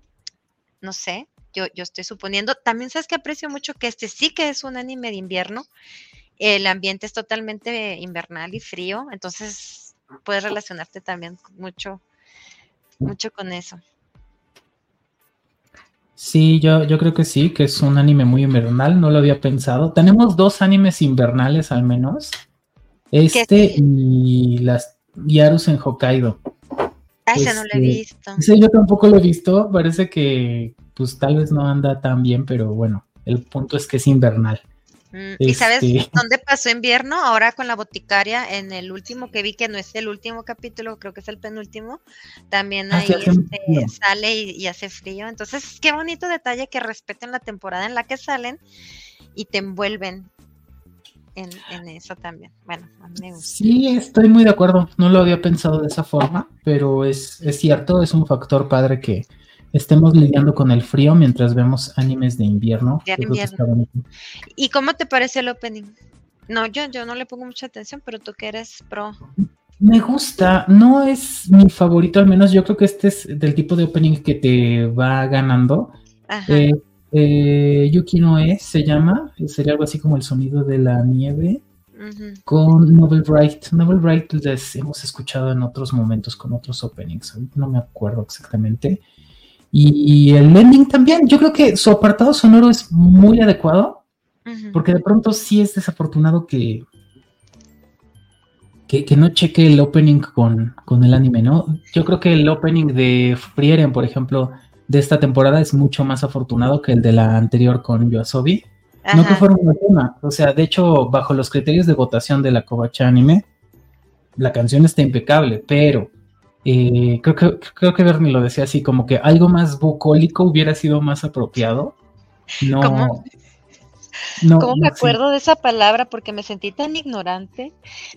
A: No sé, yo, yo estoy suponiendo. También sabes que aprecio mucho que este sí que es un anime de invierno. El ambiente es totalmente invernal y frío, entonces puedes relacionarte también mucho, mucho con eso.
B: Sí, yo, yo creo que sí, que es un anime muy invernal, no lo había pensado. Tenemos dos animes invernales al menos, este y las Yarus en Hokkaido.
A: Ah, ese este, no lo he visto.
B: Ese yo tampoco lo he visto, parece que pues tal vez no anda tan bien, pero bueno, el punto es que es invernal.
A: Mm, ¿Y este... sabes dónde pasó invierno? Ahora con la boticaria, en el último que vi, que no es el último capítulo, creo que es el penúltimo, también ahí ah, este, sale y, y hace frío. Entonces, qué bonito detalle que respeten la temporada en la que salen y te envuelven en, en eso también. Bueno, a mí me gusta.
B: Sí, estoy muy de acuerdo, no lo había pensado de esa forma, pero es, es cierto, es un factor padre que estemos lidiando con el frío mientras vemos animes de invierno.
A: De invierno. ¿Y cómo te parece el opening? No, yo, yo no le pongo mucha atención, pero tú que eres pro.
B: Me gusta, no es mi favorito, al menos yo creo que este es del tipo de opening que te va ganando. Ajá. Eh, eh, Yuki no es, se llama, sería algo así como el sonido de la nieve. Uh-huh. Con Novel Bright. Novel Bright les hemos escuchado en otros momentos con otros openings, no me acuerdo exactamente. Y el ending también, yo creo que su apartado sonoro es muy adecuado.
A: Ujú.
B: Porque de pronto sí es desafortunado que, que, que no cheque el opening con, con el anime, ¿no? Yo creo que el opening de Frieren, por ejemplo, de esta temporada es mucho más afortunado que el de la anterior con Yoasobi. No que
A: Ajá.
B: fuera un tema, o sea, de hecho, bajo los criterios de votación de la Kobacha Anime, la canción está impecable, pero eh, creo que creo que Bernie lo decía así, como que algo más bucólico hubiera sido más apropiado.
A: ¿Cómo,
B: No, no,
A: cómo me
B: no, sí.
A: acuerdo de esa palabra? Porque me sentí tan ignorante.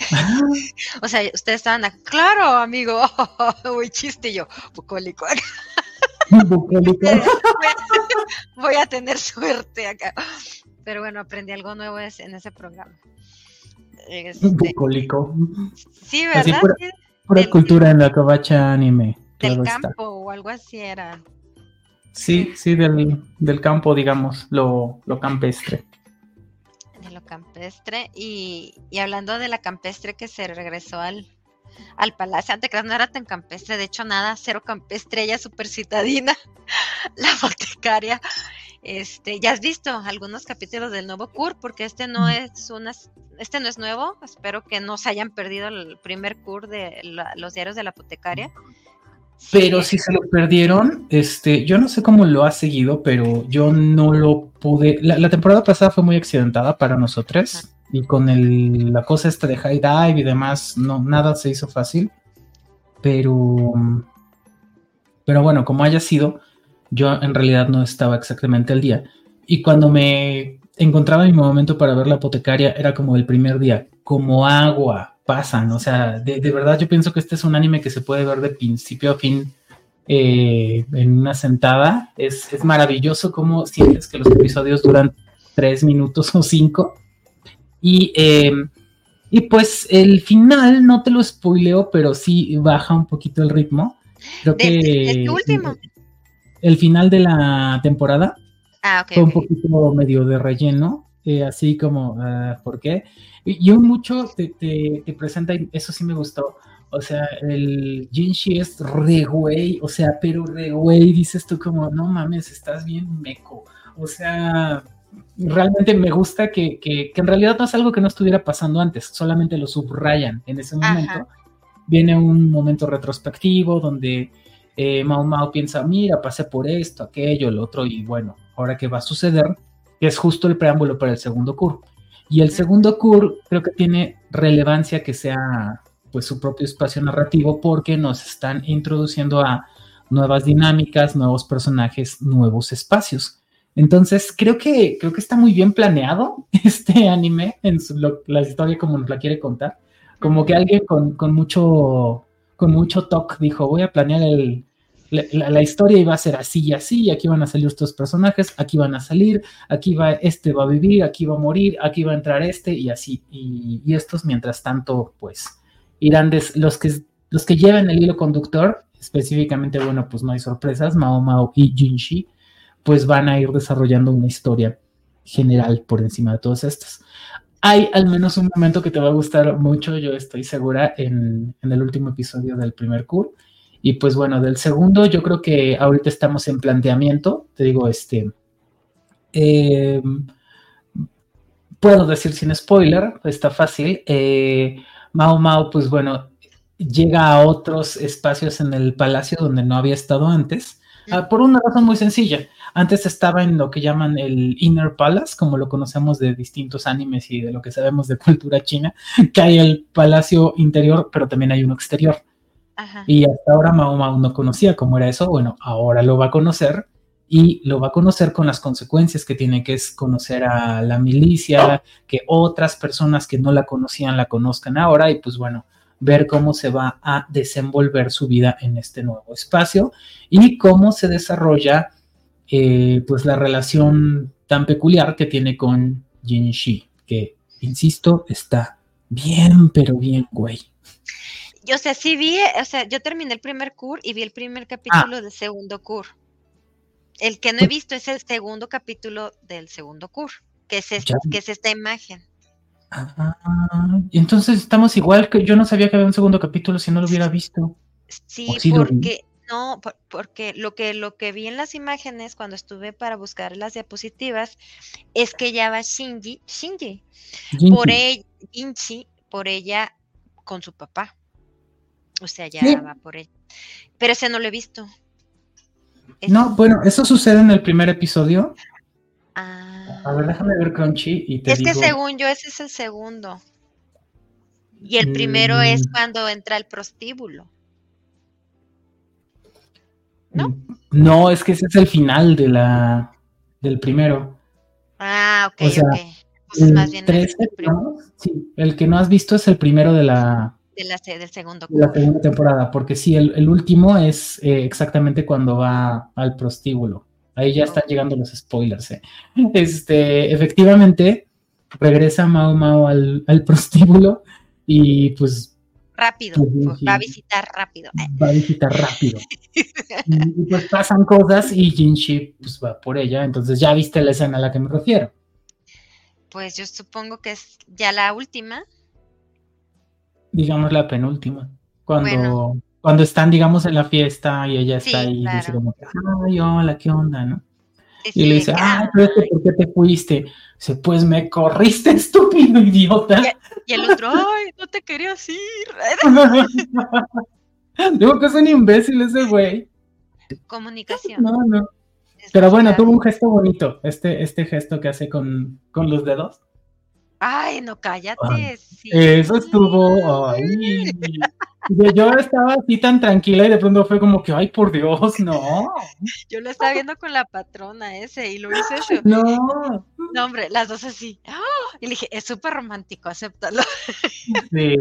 A: O sea, ustedes estaban, a, claro, amigo, muy chiste y yo, bucólico.
B: Bucólico.
A: Voy a, voy a tener suerte acá. Pero bueno, aprendí algo nuevo es- en ese programa. Este,
B: Bucólico.
A: sí,
B: Así
A: ¿verdad?
B: pura,
A: Sí,
B: pura
A: del,
B: cultura en la Kobacha Anime,
A: del
B: claro está.
A: campo o algo así era. Sí,
B: Sí, sí, del, del campo, digamos, lo, lo campestre.
A: de lo campestre. Y, y hablando de la campestre que se regresó al, al palacio, antes que no era tan campestre, de hecho nada, cero campestre, ella súper citadina, la boticaria. Este, ya has visto algunos capítulos del nuevo C U R, porque este no es una, este no es nuevo, espero que no se hayan perdido el primer C U R de la, los diarios de la apotecaria.
B: Pero
A: Sí,
B: si se lo perdieron, este, yo no sé cómo lo ha seguido, pero yo no lo pude. La, la temporada pasada fue muy accidentada para nosotros y con el, la cosa esta de high dive y demás, no, nada se hizo fácil. Pero, pero bueno, como haya sido, yo en realidad no estaba exactamente al día. Y cuando me encontraba en mi momento para ver la apotecaria, era como el primer día, como agua pasan. O sea, de, de verdad yo pienso que este es un anime que se puede ver de principio a fin eh, en una sentada. Es, es maravilloso cómo sientes que los episodios duran tres minutos o cinco. Y, eh, y pues el final, no te lo spoileo, pero sí baja un poquito el ritmo. Creo
A: de, de, de este
B: que
A: último.
B: el final de la temporada
A: Ah, ok,
B: fue un
A: ok.
B: poquito medio de relleno, eh, así como, uh, ¿por qué? Y, y un mucho te, te, te presenta, y eso sí me gustó, o sea, el Jinshi es re güey, o sea, pero re güey, dices tú como, no mames, estás bien meco, o sea, realmente me gusta que, que, que en realidad no es algo que no estuviera pasando antes, solamente lo subrayan en ese
A: Ajá.
B: momento. Viene un momento retrospectivo donde eh, Mao Mao piensa, mira, pasé por esto, aquello, lo otro, y bueno, ahora qué va a suceder, que es justo el preámbulo para el segundo C U R. Y el segundo C U R creo que tiene relevancia que sea pues su propio espacio narrativo porque nos están introduciendo a nuevas dinámicas, nuevos personajes, nuevos espacios. Entonces creo que, creo que está muy bien planeado este anime en su, lo, la historia como nos la quiere contar. Como que alguien con, con mucho con mucho toque dijo, voy a planear el, la, la, historia y va a ser así y así, y aquí van a salir estos personajes, aquí van a salir, aquí va, este va a vivir, aquí va a morir, aquí va a entrar este, y así, y, y estos mientras tanto, pues, irán des, los que los que lleven el hilo conductor, específicamente, bueno, pues no hay sorpresas, Mao Mao y Jinshi, pues van a ir desarrollando una historia general por encima de todas estas. Hay al menos un momento que te va a gustar mucho, yo estoy segura, en, en el último episodio del primer C U R. Y pues bueno, del segundo, yo creo que ahorita estamos en planteamiento. Te digo, este. Eh, puedo decir sin spoiler, está fácil. Eh, Mao Mao, pues bueno, llega a otros espacios en el palacio donde no había estado antes. Uh, por una razón muy sencilla. Antes estaba en lo que llaman el Inner Palace, como lo conocemos de distintos animes y de lo que sabemos de cultura china, que hay el palacio interior, pero también hay uno exterior. Ajá. Y hasta ahora Mao Mao no conocía cómo era eso. Bueno, ahora lo va a conocer y lo va a conocer con las consecuencias que tiene, que es conocer a la milicia, que otras personas que no la conocían la conozcan ahora y pues bueno, ver cómo se va a desenvolver su vida en este nuevo espacio y cómo se desarrolla eh, pues la relación tan peculiar que tiene con Jinshi, que, insisto, está bien, pero bien, güey.
A: Yo, o sea, sí vi, o sea, yo terminé el primer C U R y vi el primer capítulo ah. del segundo C U R. El que no he visto es el segundo capítulo del segundo C U R, que es, este, que es esta imagen.
B: Ah, entonces estamos igual, que yo no sabía que había un segundo capítulo si no lo hubiera visto.
A: Sí, sí porque, No, por- porque lo que, lo que vi en las imágenes cuando estuve para buscar las diapositivas es que ya va Shinji, Shinji, por
B: Jinchi.
A: ella, Jinchi, por ella con su papá. O sea, ya
B: Sí.
A: va por ella. Pero ese no lo he visto.
B: No,
A: Es,
B: bueno, eso sucede en el primer episodio. A ver,
A: ah,
B: déjame ver Crunchy y te
A: es que
B: digo.
A: según yo ese es el segundo. Y el primero es
B: mm,
A: cuando entra el prostíbulo, ¿no?
B: mm, no, es que ese es el final de la, del primero.
A: Ah, ok,
B: O sea,
A: ok. Entonces más
B: el
A: bien el,
B: trece,
A: el primero
B: ¿no? Sí, el que no has visto es el primero de la,
A: de la, se- del segundo
B: de la
A: core.
B: segunda temporada, porque sí, el, el último es eh, exactamente cuando va al prostíbulo. Ahí ya están
A: Oh,
B: llegando los spoilers. eh. Este, efectivamente, regresa Mao Mao al, al prostíbulo y pues,
A: rápido,
B: pues
A: fue- va a
B: Jinchi
A: visitar rápido.
B: va a visitar rápido. Y, y, pues pasan cosas y Jinchi pues va por ella. Entonces ya viste la escena a la que me refiero.
A: Pues yo supongo que es ya la última.
B: Digamos la penúltima.
A: Bueno,
B: Cuando, cuando están, digamos, en la fiesta y ella está
A: sí,
B: ahí y dice
A: claro.
B: como, que, ay, hola, ¿qué onda, no?
A: Sí,
B: Y le
A: sí, de
B: dice,
A: que,
B: ay, pero es que,
A: ay.
B: ¿por qué te fuiste? Dice, pues me corriste, estúpido
A: Y,
B: idiota.
A: y el otro, ay, no te querías ir.
B: Digo que es un imbécil ese güey.
A: Comunicación,
B: No, no.
A: es la
B: Pero bueno, tuvo
A: clave.
B: un gesto bonito, este, este gesto que hace con, con los dedos.
A: Ay, no,
B: Ay,
A: cállate, sí.
B: eso estuvo, ay, yo, yo estaba así tan tranquila y de pronto fue como que, ay, por Dios, no,
A: Yo lo estaba viendo con la patrona ese y lo hice eso.
B: no,
A: No, hombre, las dos así. ¡Ah! Y le dije, es súper romántico, acéptalo.
B: sí,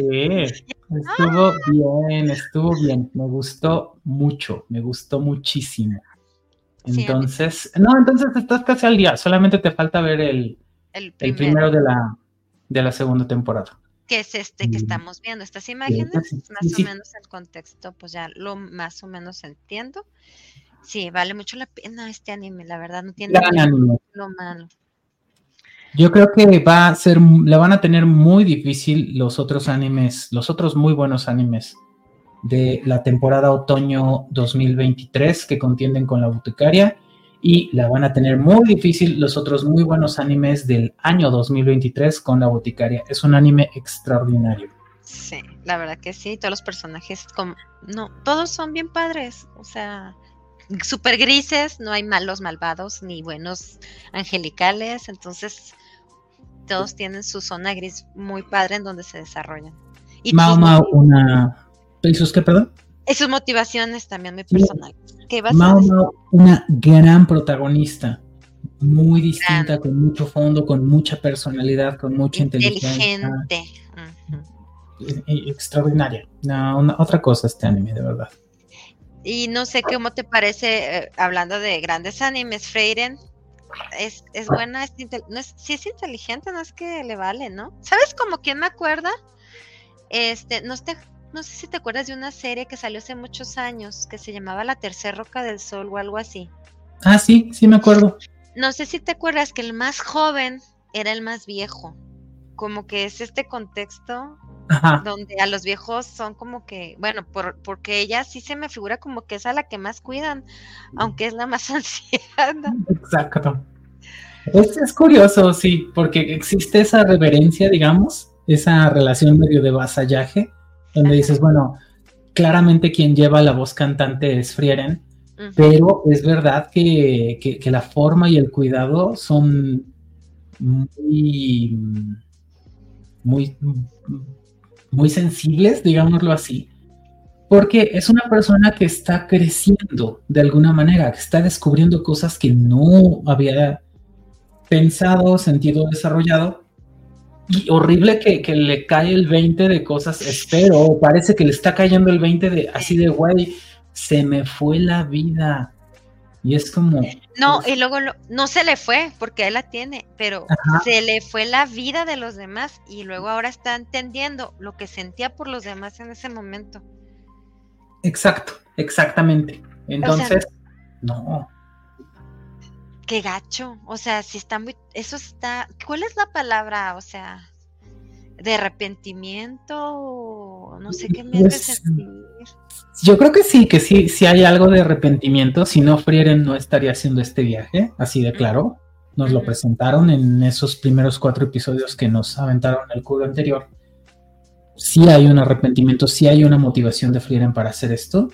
B: estuvo bien, estuvo bien, me gustó mucho, me gustó muchísimo.
A: Sí, a mí también.
B: Entonces, no, entonces estás casi al día, solamente te falta ver el,
A: El
B: el
A: primero,
B: primero de la, de la segunda temporada.
A: que es este que
B: Y,
A: estamos viendo. Estas
B: sí,
A: imágenes,
B: sí,
A: más o
B: sí,
A: menos el contexto, pues ya lo más o menos entiendo. Sí, vale mucho la pena este anime, la verdad, no tiene
B: gran
A: ni un
B: anime.
A: lo malo.
B: Yo creo que va a ser, le van a tener muy difícil los otros animes, los otros muy buenos animes de la temporada otoño dos mil veintitrés que contienden con la boticaria y la van a tener muy difícil los otros muy buenos animes del año dos mil veintitrés con la boticaria. Es un anime extraordinario.
A: Sí, la verdad que sí, todos los personajes, como, no, todos son bien padres, o sea, súper grises, no hay malos malvados ni buenos angelicales, entonces todos tienen su zona gris muy padre en donde se desarrollan. Y
B: Mao
A: sus,
B: Mao,
A: motiv
B: una... ¿Sus qué, perdón?
A: y sus motivaciones también muy
B: Sí,
A: personales. ¿Qué vas a
B: Mao
A: decir?
B: Mao, una gran protagonista, muy
A: Gran,
B: distinta, con mucho fondo, con mucha personalidad, con mucha inteligencia.
A: inteligente. Ujú.
B: Extraordinaria. No, una, otra cosa este anime, de verdad.
A: Y no sé cómo te parece, eh, hablando de grandes animes, Frieren. Es, es buena, es, no es, sí es inteligente, no es que le vale, ¿no? ¿Sabes como quién me acuerda? Este, no, te, no sé si te acuerdas de una serie que salió hace muchos años que se llamaba La Tercera Roca del Sol o algo así.
B: Ah, sí, sí me acuerdo.
A: No sé si te acuerdas que el más joven era el más viejo. Como que es este contexto
B: Ajá,
A: donde a los viejos son como que, bueno, por, porque ella sí se me figura como que es a la que más cuidan, aunque es la más anciana.
B: exacto. Es, es curioso, sí, porque existe esa reverencia, digamos, esa relación medio de vasallaje, donde
A: Ajá.
B: dices, bueno, claramente quien lleva la voz cantante es Frieren,
A: Uh-huh.
B: pero es verdad que, que, que la forma y el cuidado son muy, muy, muy sensibles, digámoslo así, porque es una persona que está creciendo de alguna manera, que está descubriendo cosas que no había pensado, sentido, desarrollado. Y horrible que, que le cae el veinte de cosas, espero, parece que le está cayendo el veinte de así de, güey, se me fue la vida. Y es como,
A: No,
B: uf,
A: y luego lo- no se le fue, porque él la tiene, pero
B: ajá,
A: se le fue la vida de los demás y luego ahora está entendiendo lo que sentía por los demás en ese momento.
B: exacto, exactamente.
A: O sea,
B: Entonces, no,
A: qué gacho, o sea, si está muy, eso está, ¿cuál es la palabra? O sea, de arrepentimiento, no sé qué me hace
B: Pues,
A: sentir.
B: yo creo que sí, que sí, sí hay algo de arrepentimiento. Si no, Frieren no estaría haciendo este viaje, así de claro. Nos lo
A: Ujú.
B: presentaron en esos primeros cuatro episodios que nos aventaron el culo anterior. Sí hay un arrepentimiento, sí hay una motivación de Frieren para hacer esto.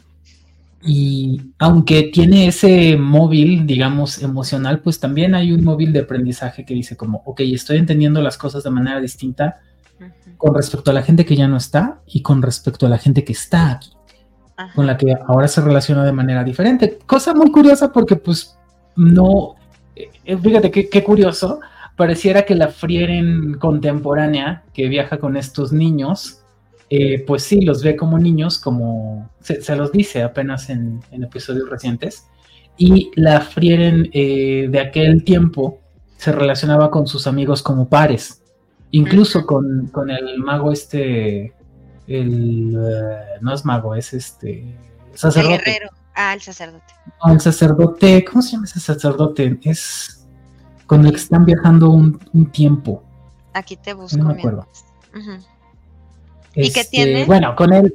B: Y aunque tiene ese móvil, digamos, emocional, pues también hay un móvil de aprendizaje que dice como, ok, estoy entendiendo las cosas de manera distinta
A: Ujú.
B: con respecto a la gente que ya no está y con respecto a la gente que está aquí,
A: Ajá.
B: con la que ahora se relaciona de manera diferente. Cosa muy curiosa porque pues no, eh, fíjate qué, qué curioso, pareciera que la Frieren contemporánea que viaja con estos niños, eh, pues sí, los ve como niños, como se, se los dice apenas en, en episodios recientes, y la Frieren eh, de aquel tiempo se relacionaba con sus amigos como pares, incluso uh-huh. con, con el mago este, el, uh, no es mago, es este, sacerdote.
A: El guerrero, ah, el sacerdote.
B: No, el sacerdote, ¿cómo se llama ese sacerdote? Es con el que están viajando un, un tiempo.
A: Aquí te busco.
B: No me acuerdo.
A: Uh-huh.
B: Este,
A: ¿Y qué tiene?
B: Bueno, con él,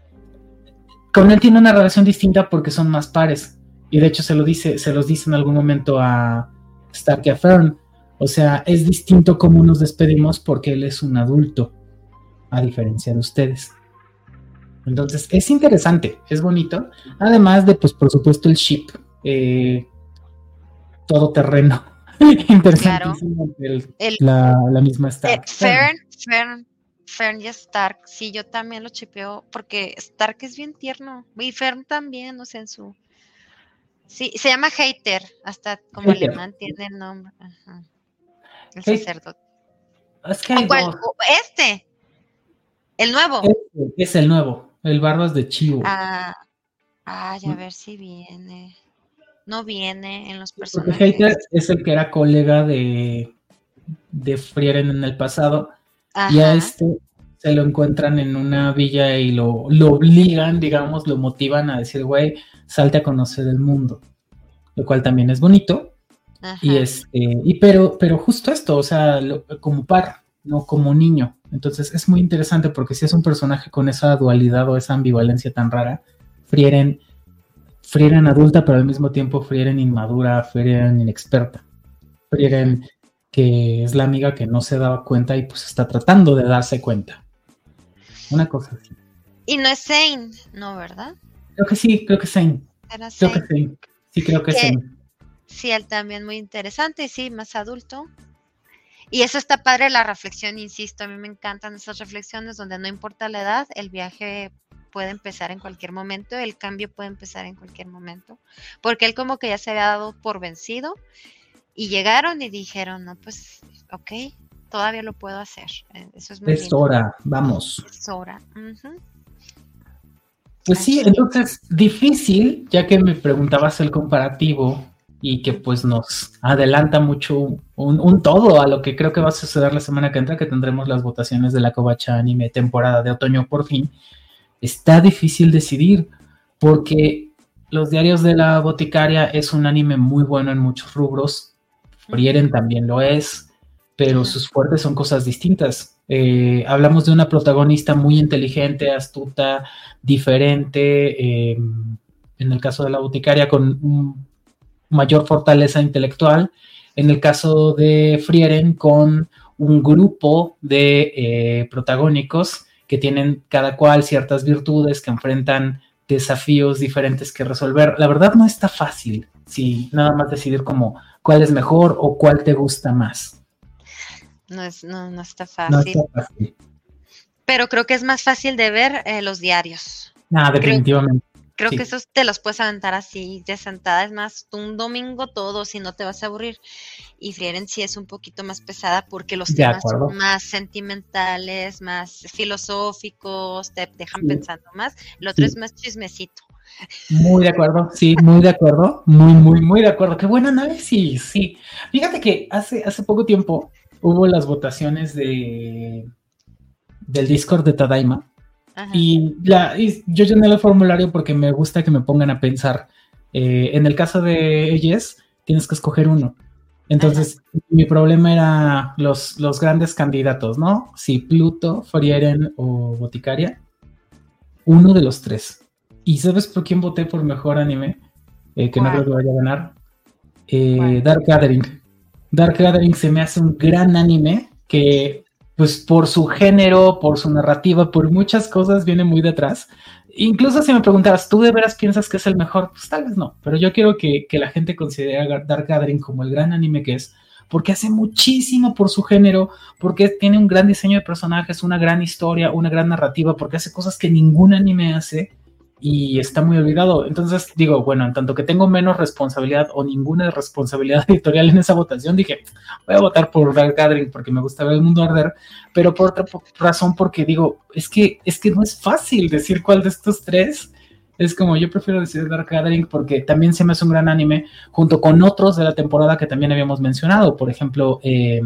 B: con él tiene una relación distinta porque son más pares. Y de hecho se lo dice, se los dice en algún momento a Stark y a Fern. O sea, es distinto cómo nos despedimos porque él es un adulto, a diferencia de ustedes. Entonces, es interesante, es bonito. Además de, pues, por supuesto, el ship. Eh, todo terreno. Interesantísimo.
A: Claro.
B: El, el, la, la misma Stark.
A: Eh, Fern, Fern, Fern y Stark. Sí, yo también lo chipeo porque Stark es bien tierno. Y Fern también, o sea, en su... Sí, se llama Hater, hasta como Hater. Alemán tiene el nombre. Ajá. El
B: Hey,
A: sacerdote.
B: Es que hay
A: ¿O cuál?
B: dos.
A: ¿O este? ¿El nuevo?
B: Este es el nuevo, el Barbas de Chivo.
A: Ah, ay, a ver si viene. No viene en los personajes.
B: Porque Hater es el que era colega de, de Frieren en el pasado. Ajá. Y a este se lo encuentran en una villa y lo, lo obligan, digamos, lo motivan a decir, güey, salte a conocer el mundo. Lo cual también es bonito. Ajá. Y este, y pero, pero justo esto, o sea, lo, como par, no como niño. Entonces es muy interesante porque si es un personaje con esa dualidad o esa ambivalencia tan rara, Frieren, Frieren adulta, pero al mismo tiempo Frieren inmadura, Frieren inexperta. Frieren que es la amiga que no se daba cuenta y pues está tratando de darse cuenta. Una cosa así.
A: Y no es Zane, ¿no, verdad?
B: Creo que sí, creo que es Zane.
A: Era
B: Creo
A: Zane.
B: que sí, sí creo que, que es Zane.
A: Sí, él también muy interesante y sí, más adulto. Y eso está padre, la reflexión, insisto, a mí me encantan esas reflexiones donde no importa la edad, el viaje puede empezar en cualquier momento, el cambio puede empezar en cualquier momento, porque él como que ya se había dado por vencido y llegaron y dijeron, no, pues, ok, todavía lo puedo hacer. Eso es muy
B: Es
A: lindo.
B: hora, vamos.
A: Es hora. Uh-huh.
B: Pues sí, Así entonces, es. difícil, ya que me preguntabas el comparativo y que pues nos adelanta mucho un, un todo a lo que creo que va a suceder la semana que entra, que tendremos las votaciones de la Kobacha Anime temporada de otoño por fin. Está difícil decidir porque Los Diarios de la Boticaria es un anime muy bueno en muchos rubros, Frieren también lo es, pero sus fuertes son cosas distintas. Eh, hablamos de una protagonista muy inteligente, astuta, diferente, eh, en el caso de la Boticaria con un mayor fortaleza intelectual, en el caso de Frieren con un grupo de eh, protagónicos que tienen cada cual ciertas virtudes, que enfrentan desafíos diferentes que resolver. La verdad no está fácil, sí, nada más decidir como cuál es mejor o cuál te gusta más.
A: No, es, no, no está fácil.
B: No está fácil.
A: Pero creo que es más fácil de ver eh, los diarios.
B: Ah, definitivamente.
A: Creo, creo sí. que esos te los puedes aventar así de sentada, es más, un domingo todo, si no te vas a aburrir. Y Frieren sí es un poquito más pesada porque los
B: de
A: temas
B: acuerdo.
A: son más sentimentales, más filosóficos, te dejan
B: sí.
A: pensando más. El otro
B: sí.
A: es más chismecito.
B: Muy de acuerdo, sí, muy de acuerdo, muy, muy, muy de acuerdo. Qué buen análisis, sí. Fíjate que hace, hace poco tiempo hubo las votaciones de del Discord de Tadaima. Ajá. Y, la, y yo llené el formulario porque me gusta que me pongan a pensar. Eh, en el caso de ellas, tienes que escoger uno.
A: Ajá.
B: Entonces, mi problema era los, los grandes candidatos, ¿no? Si Pluto, Frieren o Boticaria, uno de los tres. ¿Y sabes por quién voté por mejor anime? Eh, que no creo
A: ¿Cuál?
B: que vaya a ganar. Eh,
A: ¿Cuál?
B: Dark Gathering. Dark Gathering se me hace un gran anime que, pues por su género, por su narrativa, por muchas cosas, viene muy detrás. Incluso si me preguntaras, ¿tú de veras piensas que es el mejor? Pues tal vez no, pero yo quiero que, que la gente considere a Dark Gathering como el gran anime que es, porque hace muchísimo por su género, porque tiene un gran diseño de personajes, una gran historia, una gran narrativa, porque hace cosas que ningún anime hace y está muy olvidado. Entonces digo, bueno, en tanto que tengo menos responsabilidad o ninguna responsabilidad editorial en esa votación, dije, voy a votar por Dark Gathering porque me gusta ver el mundo arder, pero por otra razón porque digo, es que, es que no es fácil decir cuál de estos tres. Es como, yo prefiero decir Dark Gathering porque también se me hace un gran anime, junto con otros de la temporada que también habíamos mencionado, por ejemplo, eh,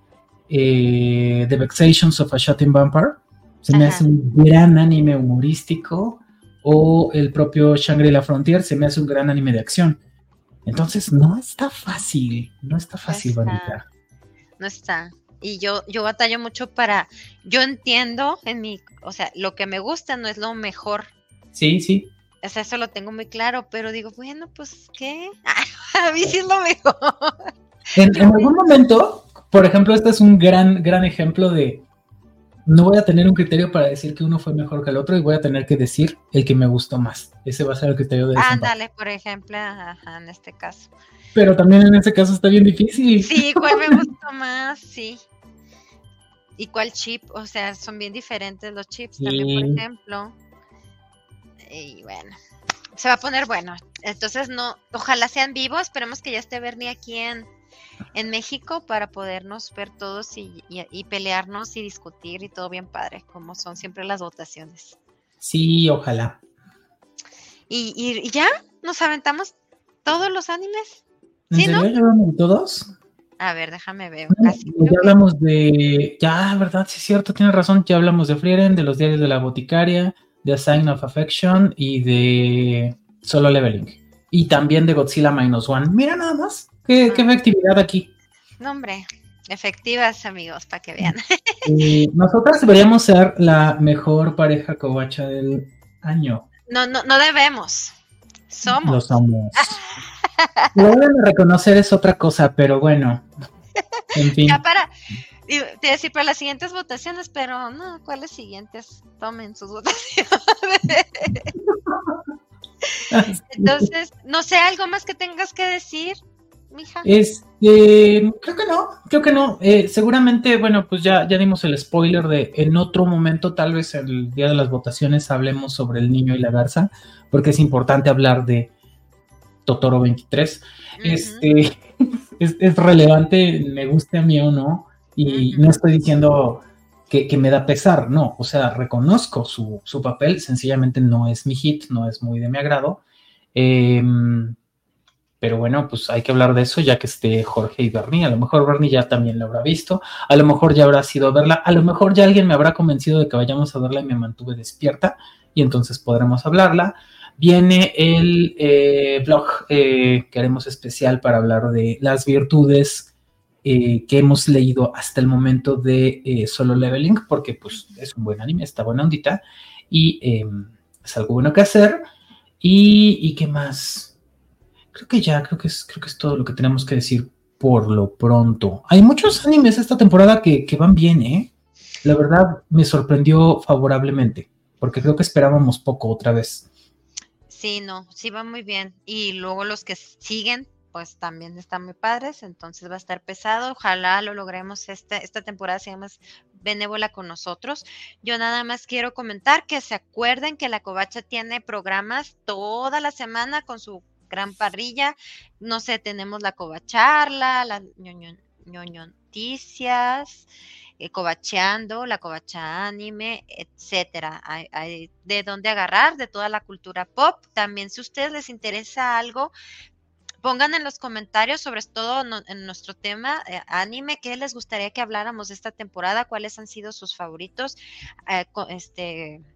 B: eh, The Vexations of a Shotting Vampire, se me
A: Ajá.
B: hace un gran anime humorístico, o el propio Shangri-La Frontier, se me hace un gran anime de acción. Entonces, no está fácil, no está
A: No
B: fácil,
A: está,
B: bandita.
A: no está. Y yo, yo batallo mucho para, yo entiendo en mi, o sea, lo que me gusta no es lo mejor.
B: Sí, sí.
A: O sea, eso lo tengo muy claro, pero digo, bueno, pues, ¿qué? A mí sí es lo mejor.
B: En,
A: Yo
B: en
A: voy-
B: algún momento, por ejemplo, este es un gran, gran ejemplo de no voy a tener un criterio para decir que uno fue mejor que el otro y voy a tener que decir el que me gustó más. Ese va a ser el criterio de desempate.
A: Ándale, por ejemplo, ajá, en este caso.
B: Pero también en este caso está bien difícil.
A: Sí, ¿cuál me gustó más? Sí. ¿Y cuál chip? O sea, son bien diferentes los chips también, por
B: Y
A: ejemplo. Y bueno, se va a poner bueno. Entonces, no, ojalá sean vivos. Esperemos que ya esté Bernie aquí en, en México para podernos ver todos y, y, y pelearnos y discutir y todo bien padre, como son siempre las votaciones.
B: sí, ojalá.
A: Y, y, y ya nos aventamos todos los animes.
B: ¿En
A: ¿Sí, no?
B: serio? ¿Ya hablamos de todos?
A: A ver, déjame ver.
B: Bueno,
A: Casi
B: pues
A: creo
B: ya
A: que.
B: hablamos de. Ya, ¿verdad? Sí, es cierto, tienes razón. Ya hablamos de Frieren, de los diarios de la boticaria, de A Sign of Affection y de Solo Leveling. Y también de Godzilla Minus One. Mira nada más. ¿Qué, qué
A: Ah,
B: actividad aquí?
A: no, hombre. Efectivas, amigos, para que vean.
B: Eh, nosotras deberíamos ser la mejor pareja covacha del año.
A: No, no, no debemos.
B: Lo
A: Somos.
B: somos. Lo deben de reconocer es otra cosa, pero bueno, en
A: Ya
B: fin.
A: para, digo, te iba a decir para las siguientes votaciones, pero no, ¿cuáles siguientes? Tomen sus votaciones. Entonces, no sé, ¿algo más que tengas que decir, mija?
B: Este, creo que no, creo que no. Eh, seguramente, bueno, pues ya, ya dimos el spoiler de en otro momento, tal vez el día de las votaciones, hablemos sobre el niño y la garza, porque es importante hablar de Totoro veintitrés.
A: Ujú,
B: Este, es, es relevante, me guste a mí o no, y
A: ujú.
B: no estoy diciendo que, que me da pesar, no, o sea, reconozco su, su papel, sencillamente no es mi hit, no es muy de mi agrado. Eh, pero bueno, pues hay que hablar de eso ya que esté Jorge y Bernie. A lo mejor Bernie ya también lo habrá visto. A lo mejor ya habrá sido a verla. A lo mejor ya alguien me habrá convencido de que vayamos a verla y me mantuve despierta. Y entonces podremos hablarla. Viene el eh, blog eh, que haremos especial para hablar de las virtudes eh, que hemos leído hasta el momento de eh, Solo Leveling, porque pues es un buen anime, está buena ondita y eh, es algo bueno que hacer. ¿Y, y qué más? Creo que ya, creo que es, creo que es todo lo que tenemos que decir por lo pronto. Hay muchos animes esta temporada que, que van bien, ¿eh? La verdad me sorprendió favorablemente, porque creo que esperábamos poco otra vez.
A: Sí, no, sí va muy bien. Y luego los que siguen, pues también están muy padres, entonces va a estar pesado. Ojalá lo logremos esta, esta temporada sea más benévola con nosotros. Yo nada más quiero comentar que se acuerden que la Covacha tiene programas toda la semana con su gran parrilla. No sé, tenemos la Covacharla, la ñoño, ñoño noticias, eh, covacheando, la covacha anime, etcétera. Hay, hay de dónde agarrar de toda la cultura pop. También si a ustedes les interesa algo, pongan en los comentarios, sobre todo no, en nuestro tema eh, anime, qué les gustaría que habláramos de esta temporada, cuáles han sido sus favoritos, eh, co- este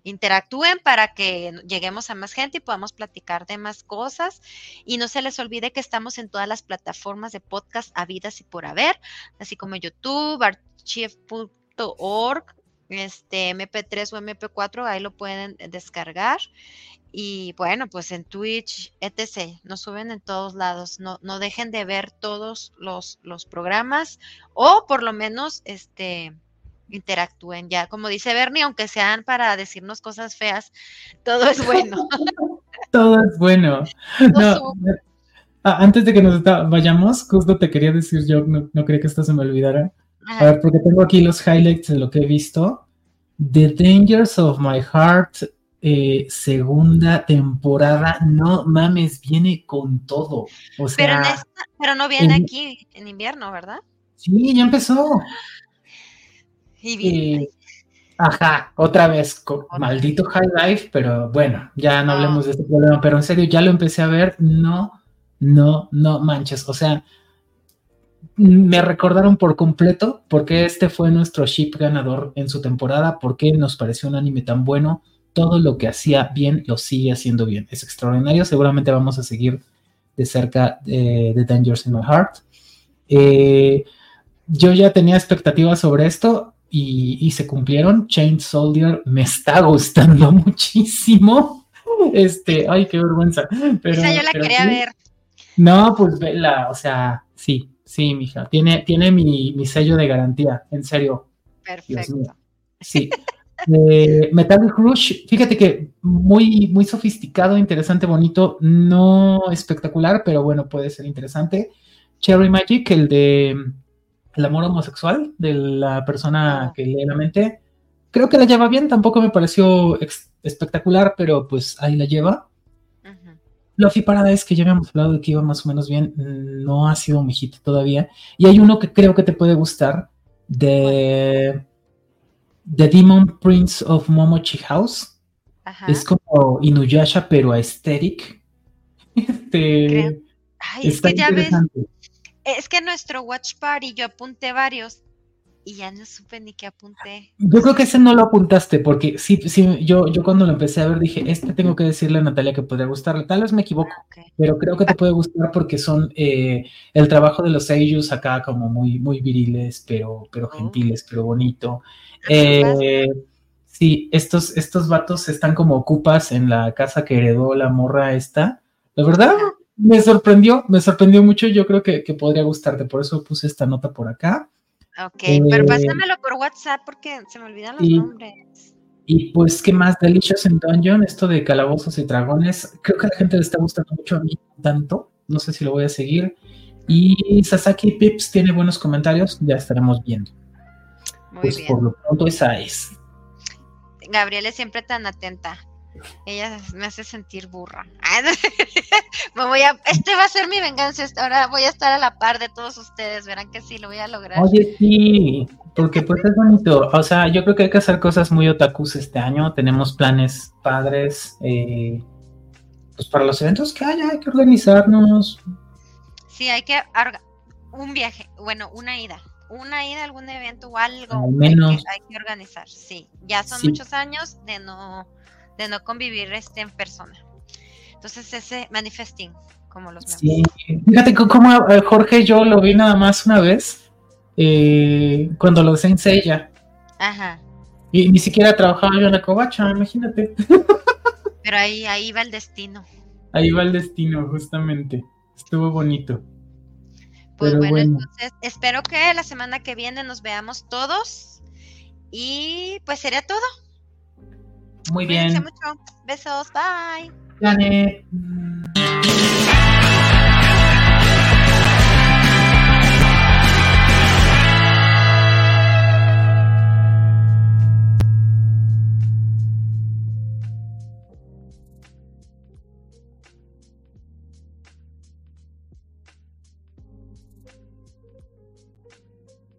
A: interactúen para que lleguemos a más gente y podamos platicar de más cosas. Y no se les olvide que estamos en todas las plataformas de podcast habidas y por haber, así como YouTube, archive punto org, este, eme pe tres o eme pe cuatro, ahí lo pueden descargar. Y bueno, pues en Twitch, etcétera. Nos suben en todos lados. No, no dejen de ver todos los, los programas, o por lo menos este interactúen ya. Como dice Bernie, aunque sean para decirnos cosas feas, todo es bueno.
B: Todo es bueno. No, antes de que nos vayamos, justo te quería decir yo, no, no quería que esto se me olvidara. Ajá. A ver, porque tengo aquí los highlights de lo que he visto. The Dangers of My Heart, eh, segunda temporada, no mames, viene con todo. O sea,
A: pero, en esta, pero no viene en, aquí en invierno, ¿verdad?
B: Sí, ya empezó.
A: Y bien.
B: Eh, ajá, otra vez, con otra maldito vez. High Life, pero bueno, ya no oh. hablemos de este problema, pero en serio, ya lo empecé a ver, no, no, no manches, o sea, me recordaron por completo por qué este fue nuestro ship ganador en su temporada, por qué nos pareció un anime tan bueno, todo lo que hacía bien lo sigue haciendo bien, es extraordinario, seguramente vamos a seguir de cerca de, de Dangers in My Heart. Eh, yo ya tenía expectativas sobre esto y, y se cumplieron. Chained Soldier me está gustando muchísimo. Este, ay, qué vergüenza. Pero,
A: Esa yo la
B: pero
A: quería
B: sí.
A: ver.
B: No, pues vela, o sea, sí, sí, mija, tiene, tiene mi, mi sello de garantía, en serio.
A: Perfecto.
B: Sí. Eh, Metallic Rush, fíjate que muy, muy sofisticado, interesante, bonito, no espectacular, pero bueno, puede ser interesante. Cherry Magic, el de el amor homosexual de la persona que lee la mente, creo que la lleva bien, tampoco me pareció ex- espectacular, pero pues ahí la lleva. Uh-huh. Luffy Paradise, que ya habíamos hablado de que iba más o menos bien, no ha sido un hit todavía, y hay uno que creo que te puede gustar, de The Demon Prince of Momochi House. Ajá. Es como Inuyasha, pero aesthetic. Este,
A: Ay, es que ya ves, es que nuestro Watch Party yo apunté varios y ya no supe ni qué apunté.
B: Yo creo que ese no lo apuntaste, porque sí, sí, yo, yo cuando lo empecé a ver dije, este tengo que decirle a Natalia que podría gustarle, tal vez me equivoco, okay. Pero creo que te puede gustar porque son eh, el trabajo de los seiyus acá como muy, muy viriles, pero, pero gentiles, oh. pero bonito. Eh, sí, estos, estos vatos están como ocupas en la casa que heredó la morra esta, la verdad me sorprendió, me sorprendió mucho, yo creo que, que podría gustarte, por eso puse esta nota por acá.
A: Ok, eh, pero pásamelo por WhatsApp porque se me olvidan los y, nombres.
B: Y pues, ¿qué más? Delicious in Dungeon, esto de calabozos y dragones, creo que a la gente le está gustando mucho, a mí tanto, no sé si lo voy a seguir. Y Sasaki Pips tiene buenos comentarios, ya estaremos viendo.
A: Muy
B: pues
A: bien.
B: Por lo pronto esa es.
A: Gabriela es siempre tan atenta. Ella me hace sentir burra. Me voy a, este va a ser mi venganza. Ahora voy a estar a la par de todos ustedes. Verán que sí, lo voy a lograr.
B: Oye, sí, porque pues es bonito. O sea, yo creo que hay que hacer cosas muy otakus este año. Tenemos planes padres. Eh, pues para los eventos que haya, hay que organizarnos.
A: Sí, hay que orga- un viaje, bueno, una ida. Una ida a algún evento o algo.
B: Al menos.
A: Hay que, hay que organizar. Sí, ya son
B: sí.
A: muchos años de no. de no convivir este en persona. Entonces ese manifesting, como los memes.
B: Sí, fíjate cómo uh, Jorge yo lo vi nada más una vez, eh, cuando lo hice en Seiya.
A: Ajá.
B: Y ni siquiera trabajaba yo en la covacha, imagínate.
A: Pero ahí, ahí va el destino.
B: Ahí va el destino, justamente. Estuvo bonito.
A: Pues Pero bueno, bueno, entonces espero que la semana que viene nos veamos todos. Y pues sería todo.
B: Muy bien.
A: Mucho. Besos, bye.
B: Janet.